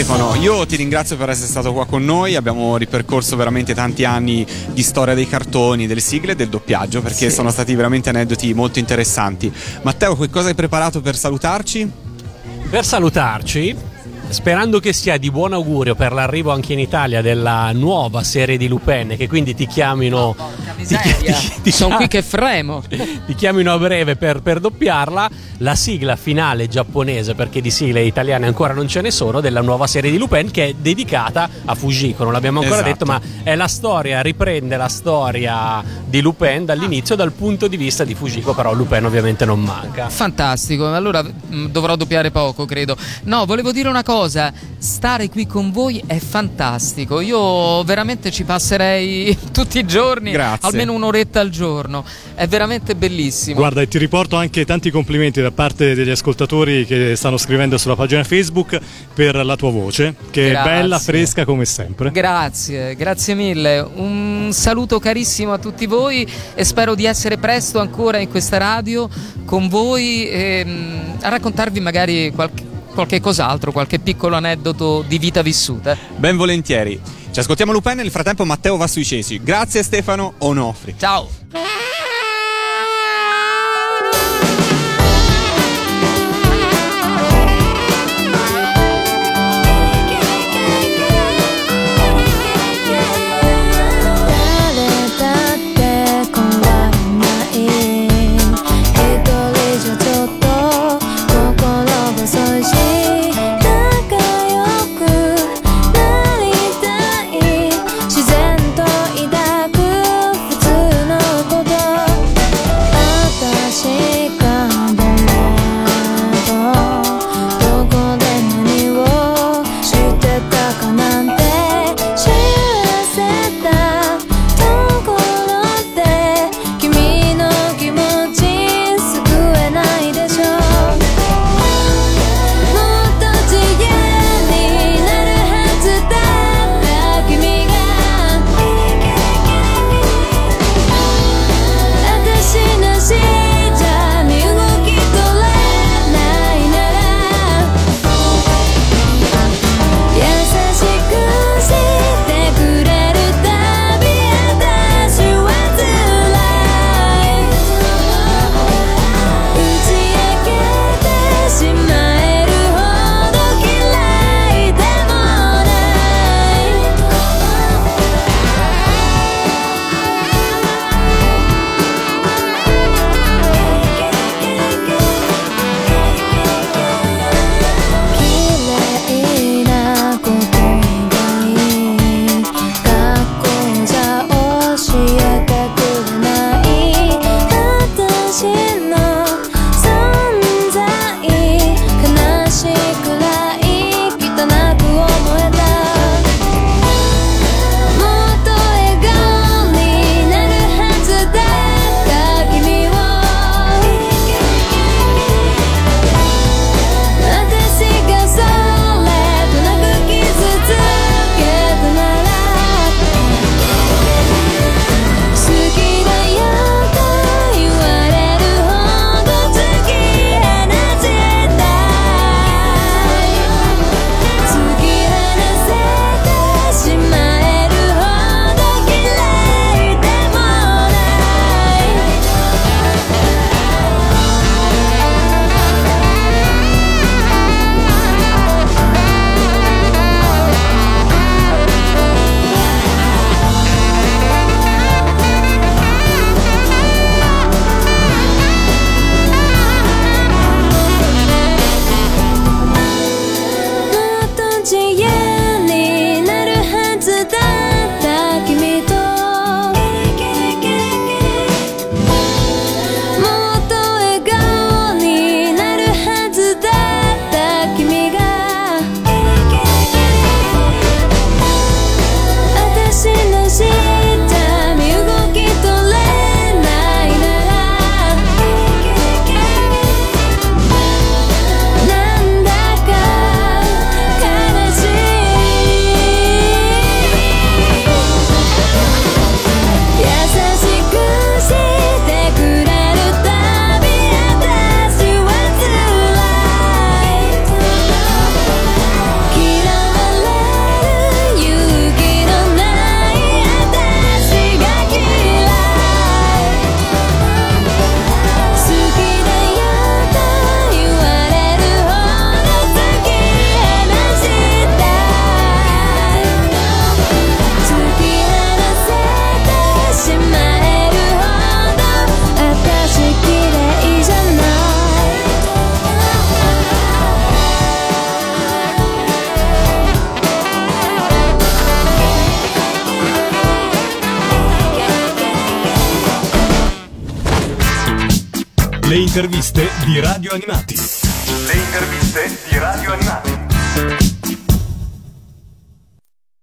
Speaker 2: Stefano, io ti ringrazio per essere stato qua con noi, abbiamo ripercorso veramente tanti anni di storia dei cartoni, delle sigle e del doppiaggio, perché
Speaker 3: Sì.
Speaker 2: sono stati veramente aneddoti molto interessanti. Matteo, che cosa hai preparato per salutarci?
Speaker 4: Per salutarci, sperando che sia di buon augurio per l'arrivo anche in Italia della nuova serie di Lupin, che quindi ti chiamino
Speaker 3: Miseria.
Speaker 4: ti
Speaker 3: Sono
Speaker 4: chiam-
Speaker 3: qui che fremo.
Speaker 4: ti chiamino a breve per, per doppiarla, la sigla finale giapponese, perché di sigle italiane ancora non ce ne sono, della nuova serie di Lupin, che è dedicata a Fujiko. Non l'abbiamo ancora
Speaker 2: Esatto.
Speaker 4: detto, ma è la storia, riprende la storia di Lupin dall'inizio dal punto di vista di Fujiko, però Lupin ovviamente non manca.
Speaker 3: Fantastico, allora mh, dovrò doppiare poco, credo. No, volevo dire una cosa, stare qui con voi è fantastico. Io veramente ci passerei tutti i giorni,
Speaker 2: Grazie.
Speaker 3: almeno un'oretta al giorno. È veramente bellissimo.
Speaker 11: Guarda, e ti riporto anche tanti complimenti da parte degli ascoltatori che stanno scrivendo sulla pagina Facebook per la tua voce, che
Speaker 3: Grazie.
Speaker 11: è bella, fresca come sempre.
Speaker 3: Grazie, grazie mille. Un saluto carissimo a tutti voi e spero di essere presto ancora in questa radio con voi ehm, a raccontarvi magari qualche, qualche cos'altro, qualche piccolo aneddoto di vita vissuta.
Speaker 2: Ben volentieri. Ci ascoltiamo Lupin, nel frattempo Matteo va sui cesi. Grazie Stefano Onofri.
Speaker 3: Ciao.
Speaker 1: Le interviste di Radio Animati. Le interviste di Radio Animati.